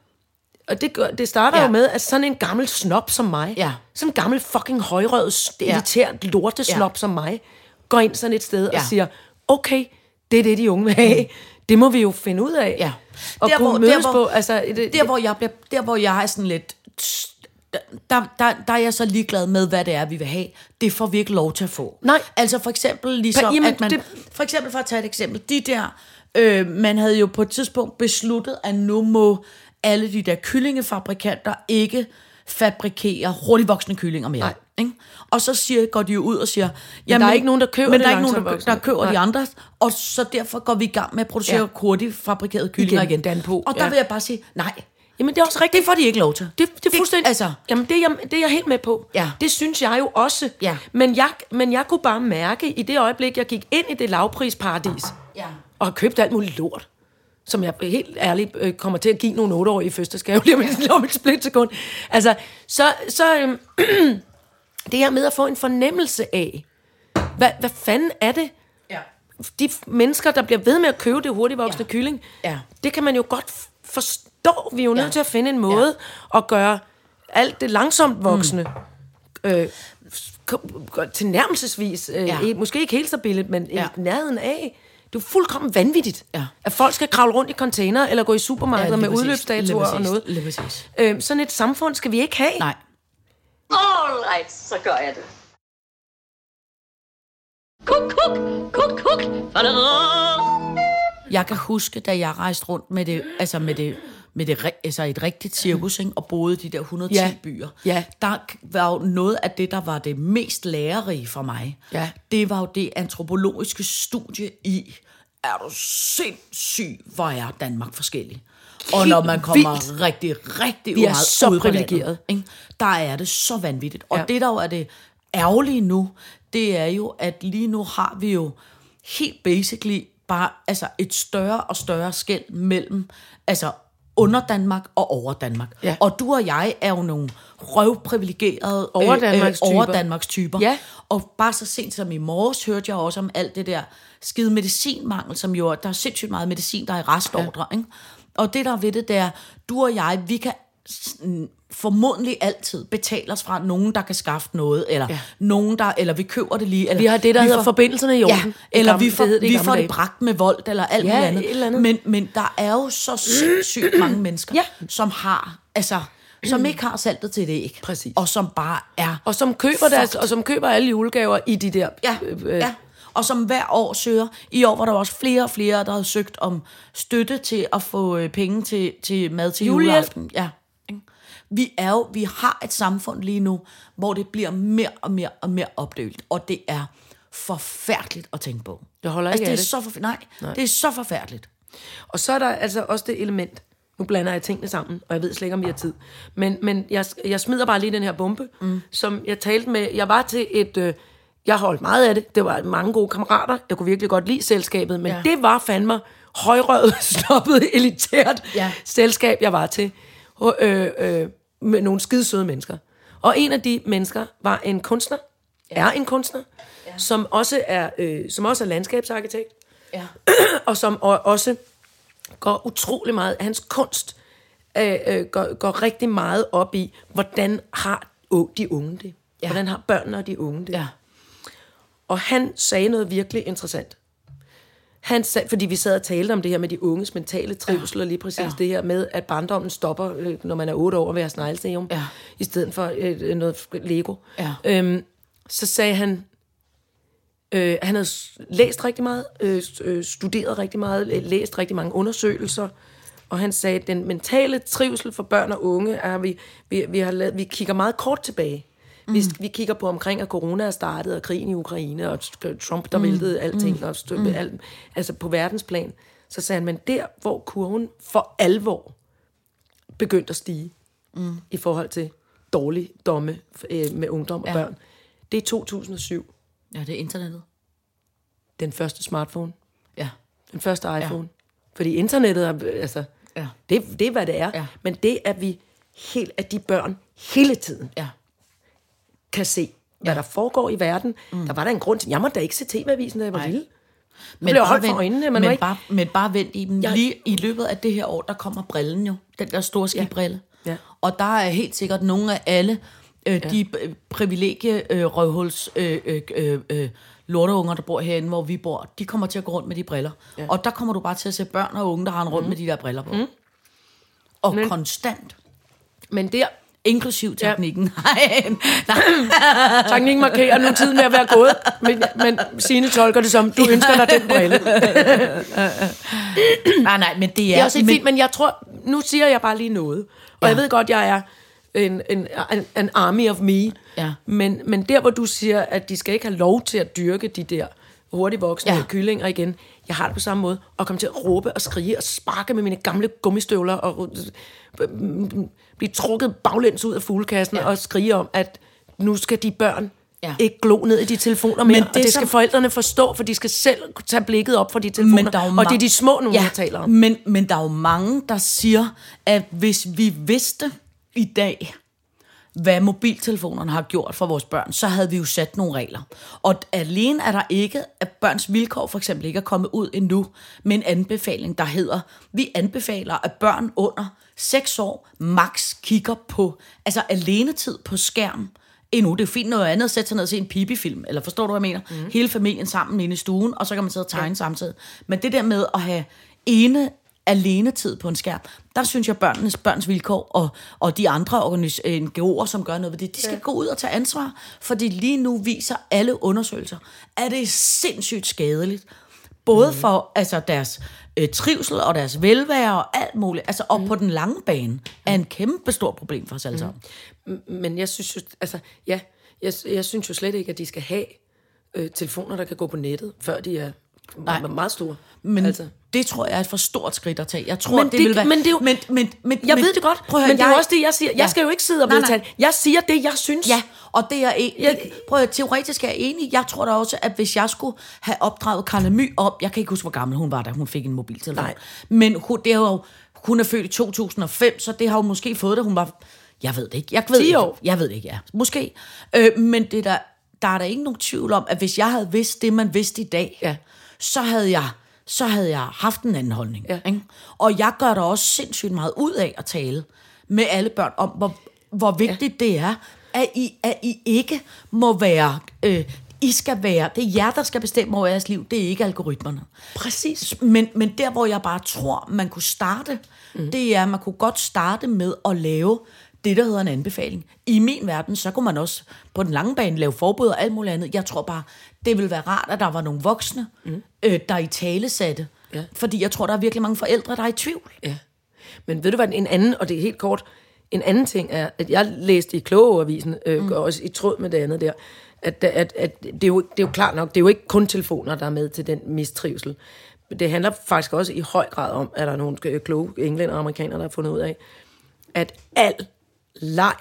og det, det starter ja. jo med, at sådan en gammel snop som mig, ja. sådan en gammel fucking højrøget, elitært lortesnop ja. som mig, går ind sådan et sted ja. og siger, okay, det er det, de unge vil have. Det må vi jo finde ud af. Ja. Og der, kunne hvor, mødes der, hvor, på. Altså, det, der, hvor jeg bliver, der, hvor jeg er sådan lidt... Der, der, der er jeg så ligeglad med, hvad det er, vi vil have. Det får vi ikke lov til at få. Nej. Altså for eksempel ligesom, Jamen, at man... det... For eksempel for at tage et eksempel. De der... Øh, man havde jo på et tidspunkt besluttet, at nu må alle de der kyllingefabrikanter ikke fabrikere hurtigvoksende kyllinger mere. Nej. Ikke? Og så siger, går de jo ud og siger, jamen, der er ikke nogen, der køber men det der er ikke nogen, der, der køber Nej. de andre, og så derfor går vi i gang med at producere ja. hurtigfabrikerede kyllinger igen. igen. På. Og der ja. vil jeg bare sige, nej. Jamen det er også rigtigt. Det får de ikke lov til. Det, det er fuldstændig... Det, altså. Jamen det er, jeg, det er jeg helt med på. Ja. Det synes jeg jo også. Ja. Men, jeg, men jeg kunne bare mærke, i det øjeblik, jeg gik ind i det lavprisparadis, ja. og har købt alt muligt lort, som jeg helt ærligt øh, kommer til at give nogle otteårige i fødselsdagsgave lige om et, om et splitsekund. Altså, så... så øh, det her med at få en fornemmelse af, hvad, hvad fanden er det? Ja. De mennesker, der bliver ved med at købe det hurtigvoksende ja. kylling, ja. det kan man jo godt forstå. Vi er jo nødt ja. til at finde en måde ja. at gøre alt det langsomt voksende mm. øh, tilnærmelsesvis, øh, ja. måske ikke helt så billigt, men ja. i nærheden af. Det er fuldkommen vanvittigt, ja. at folk skal kravle rundt i container eller gå i supermarkeder ja, med udløbsdatoer og noget. Øh, sådan et samfund skal vi ikke have. Nej. All right, så gør jeg det. Kuk, kuk, kuk, kuk. Jeg kan huske, da jeg rejste rundt med det, altså med det, med det, altså et rigtigt cirkus, ikke, og boede i de der et hundrede og ti ja. byer. Ja. Der var jo noget af det, der var det mest lærerige for mig. Ja. Det var jo det antropologiske studie i, er du sindssyg, hvor er Danmark forskellig. Og når man kommer vildt. rigtig, rigtig vi er meget så privilegeret, der er det så vanvittigt. Og ja. det, der jo er det ærgerlige nu, det er jo, at lige nu har vi jo helt basically bare altså et større og større skel mellem altså under Danmark og over Danmark. Ja. Og du og jeg er jo nogle røvprivilegerede over Danmarks øh, typer. over Danmarks typer. Ja. Og bare så sent som i morges hørte jeg også om alt det der skide medicinmangel, som jo der er sindssygt meget medicin, der er i restordre, ja. ikke? Og det der ved det, det er, du og jeg, vi kan formodentlig altid betale os fra nogen, der kan skaffe noget, eller ja. nogen, der, eller vi køber det lige. Eller vi har det, der hedder får, forbindelserne i orden. Ja, eller gamle, vi får det, vi får det bragt med vold, eller alt ja, muligt andet. andet. Men, men der er jo så sindssygt mange mennesker, ja. som har, altså, som ikke har saltet til det æg. Præcis. Og som bare er og som køber deres, og som køber alle julegaver i de der... Ja, øh, ja. Og som hver år søger. I år var der også flere og flere, der havde søgt om støtte til at få øh, penge til, til mad til juleaften. Ja. Vi er jo, vi har et samfund lige nu, hvor det bliver mere og mere og mere opdelt. Og det er forfærdeligt at tænke på. Jeg holder altså, ikke det er af det. Så forf- nej, nej, det er så forfærdeligt. Og så er der altså også det element. Nu blander jeg tingene sammen, og jeg ved slet ikke, om vi har tid. Men, men jeg, jeg smider bare lige den her bombe, mm. som jeg talte med. Jeg var til et... Øh, jeg holdt meget af det. Det var mange gode kammerater. Jeg kunne virkelig godt lide selskabet, men ja. det var fandme højrøget, stoppet, elitært ja. selskab, jeg var til. Og, øh, øh, med nogle skidesøde mennesker. Og en af de mennesker var en kunstner, ja. er en kunstner, ja. som, også er, øh, som også er landskabsarkitekt, ja. og som og, også går utrolig meget, hans kunst øh, øh, går, går rigtig meget op i, hvordan har de unge det? Ja. Hvordan har børnene og de unge det? Ja. Og han sagde noget virkelig interessant. Han sag, fordi vi sad og talte om det her med de unges mentale trivsel, ja. og lige præcis ja. det her med, at barndommen stopper, når man er otte år ved at snegleserum, ja. i stedet for øh, noget Lego. Ja. Øhm, så sagde han, øh, han havde læst rigtig meget, øh, studeret rigtig meget, læst rigtig mange undersøgelser, og han sagde, at den mentale trivsel for børn og unge, er, vi, vi, vi, har lavet, vi kigger meget kort tilbage. Mm. Vi, vi kigger på omkring, at corona er startet, og krigen i Ukraine, og Trump, der mm. væltede alting, mm. og stø- mm. alt, altså på verdensplan. Så sagde han, men der, hvor kurven for alvor begyndte at stige, mm. i forhold til dårligdomme øh, med ungdom og Ja. børn. Det er to tusind og syv. Ja, det er internettet. Den første smartphone. Ja. Den første iPhone. Ja. Fordi internettet er, altså, Ja. det, det er, hvad det er. Ja. Men det, at vi helt, at de børn hele tiden Ja. kan se, hvad ja. der foregår i verden. Mm. Der var der en grund til, jeg måtte da ikke se T V-avisen, da jeg var Nej. lille. Men blev bare, holdt for vent, øjnene, man men, var ikke- bare, men bare vent i dem. Jeg- Lige i løbet af det her år, der kommer brillen jo. Den der store skibrille. Ja. Og der er helt sikkert nogle af alle øh, ja. de øh, privilegie øh, røvhuls øh, øh, øh, øh, lorteunger, der bor herinde, hvor vi bor, de kommer til at gå rundt med de briller. Ja. Og der kommer du bare til at se børn og unge, der har en rundt mm. med de der briller på. Mm. Og Men- konstant. Men der, Inklusiv teknikken. Nej, nej. teknikken markerer nu tiden med at være gået, men, men Signe tolker det som, du ønsker dig den brille. nej, nej, men det er... Det er også helt men, fint, men jeg tror, nu siger jeg bare lige noget. Og ja. jeg ved godt, jeg er en, en, en, en army of me. Ja. Men, men der, hvor du siger, at de skal ikke have lov til at dyrke de der hurtigt voksne Ja. ja. kyllinger igen. Jeg har det på samme måde. Og komme til at råbe og skrige og sparke med mine gamle gummistøvler og blive trukket baglæns ud af fuglekassen ja. og skrige om, at nu skal de børn Ja. ikke glo ned i de telefoner mere. Men Men det og det skal som- forældrene forstå, for de skal selv tage blikket op for de telefoner. der er jo Og det er ma- de små nogen, ja, jeg taler om. Men, men der er jo mange, der siger, at hvis vi vidste i dag, hvad mobiltelefonerne har gjort for vores børn, så havde vi jo sat nogle regler. Og alene er der ikke, at børns vilkår for eksempel ikke er kommet ud endnu med en anbefaling, der hedder, vi anbefaler, at børn under seks år max kigger på, altså alenetid på skærm, endnu. Det er fint noget andet at sætte sig ned og se en pipefilm, eller forstår du, hvad jeg mener? Mm. Hele familien sammen inde i stuen, og så kan man sidde og tegne ja. samtidig. Men det der med at have ene alenetid på en skærm, der synes jeg, børnenes børns vilkår og, og de andre organis- N G O'er, som gør noget ved det, de skal ja. gå ud og tage ansvar, fordi lige nu viser alle undersøgelser, at det er sindssygt skadeligt. Både mm. for altså, deres øh, trivsel og deres velvære og alt muligt. Altså, og mm. på den lange bane er en kæmpe stor problem for os alle sammen. Mm. Men jeg synes jo, altså, ja, jeg, jeg synes jo slet ikke, at de skal have øh, telefoner, der kan gå på nettet, før de er Nej. meget store. Men altså. det tror jeg er et for stort skridt at tage. Jeg tror, Men det, det- vil være... men det er jo- Men, men, men, Jeg men, ved det godt, prøv at høre, men det er jo jeg- også det, jeg siger. Jeg Ja. skal jo ikke sidde og Nej, nej. vedtage. Jeg siger det, jeg synes. Ja, og det er en, Jeg- det, prøv at høre, teoretisk er jeg enig. Jeg tror da også, at hvis jeg skulle have opdraget Karla My op, jeg kan ikke huske, hvor gammel hun var, da hun fik en mobiltelefon. Nej. Men hun, det er jo, hun er født i to tusind og fem, så det har hun måske fået, da hun var... Jeg ved det ikke. Jeg ved ti ikke. år. Jeg ved det ikke, ja. Måske. Øh, men det der, der er der ikke nogen tvivl om, at hvis jeg havde vidst det, man vidste i dag, Ja. så havde jeg så havde jeg haft en anden holdning. Ja. Ikke? Og jeg gør da også sindssygt meget ud af at tale med alle børn om, hvor, hvor vigtigt ja. det er, at I, at I ikke må være... Øh, I skal være... Det er jer, der skal bestemme over jeres liv. Det er ikke algoritmerne. Præcis. Men, men der, hvor jeg bare tror, man kunne starte, mm. det er, at man kunne godt starte med at lave det, der hedder en anbefaling. I min verden, så kunne man også på den lange bane lave forbud og alt muligt andet. Jeg tror bare, det ville være rart, at der var nogle voksne, mm. øh, der i tale satte. Ja. Fordi jeg tror, der er virkelig mange forældre, der er i tvivl. Ja. Men ved du hvad, en anden, og det er helt kort, en anden ting er, at jeg læste i Klogeavisen, øh, mm. også i tråd med det andet der, at, at, at det, er jo, det er jo klart nok, det er jo ikke kun telefoner, der er med til den mistrivsel. Det handler faktisk også i høj grad om, at der er nogle kloge englænder og amerikanere, der har fundet ud af, at al leg,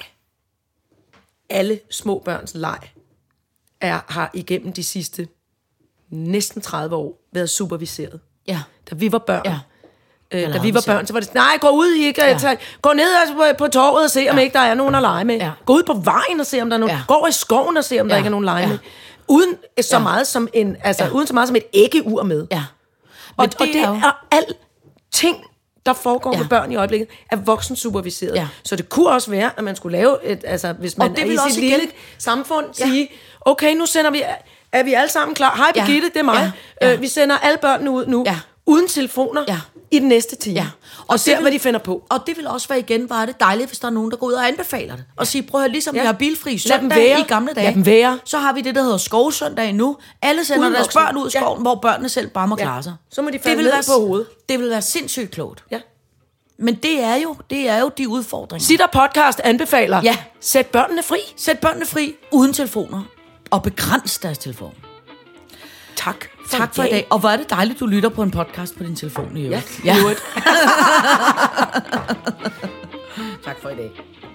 alle små børns leg, er, har igennem de sidste næsten tredive år været superviseret. Ja. Da vi var børn, Ja. øh, da vi var børn, så var det nej, gå ud, I ikke, ja. gå ned altså, på, på torvet og se, om Ja. ikke der er nogen at lege med. Ja. Gå ud på vejen og se, om der er nogen. Ja. Gå over i skoven og se, om ja. der ikke er nogen at lege Ja. med. Uden så Ja. meget som en, altså Ja. uden så meget som et æggeur med. Ja. Og, Men og det er jo- er alt ting, der foregår Ja. med børn i øjeblikket, er voksen superviseret. Ja. Så det kunne også være, at man skulle lave et, altså hvis man det er vil i også sit igen- lille samfund, Ja. sige, okay, nu sender vi, er vi alle sammen klar? Hej Ja. Birgitte, det er mig. Ja. Ja. Øh, vi sender alle børnene ud nu, Ja. uden telefoner, Ja. i den næste time. Ja. Og, og ser, det vil- hvad de finder på. Og det vil også være igen, var det dejligt, hvis der er nogen, der går ud og anbefaler det. Og siger, prøv at høre, ligesom Ja. vi har bilfri Lad søndag dem være. i gamle dage, Lad dem være. så har vi det, der hedder skovsøndag nu. Alle sender Uden deres voksne. børn ud i Ja. skoven, hvor børnene selv bare må Ja. klare sig. Så må de Det falde vil ned være- på hovedet. Det vil være sindssygt klogt. Ja. Men det er jo, det er jo de udfordringer. Sitter podcast anbefaler, Ja. sæt børnene fri. Sæt børnene fri uden telefoner, og begræns deres telefon. Tak for, Tak for i dag. Og hvor er det dejligt, du lytter på en podcast på din telefon i øvrigt. Ja, i øvrigt. Tak for i dag.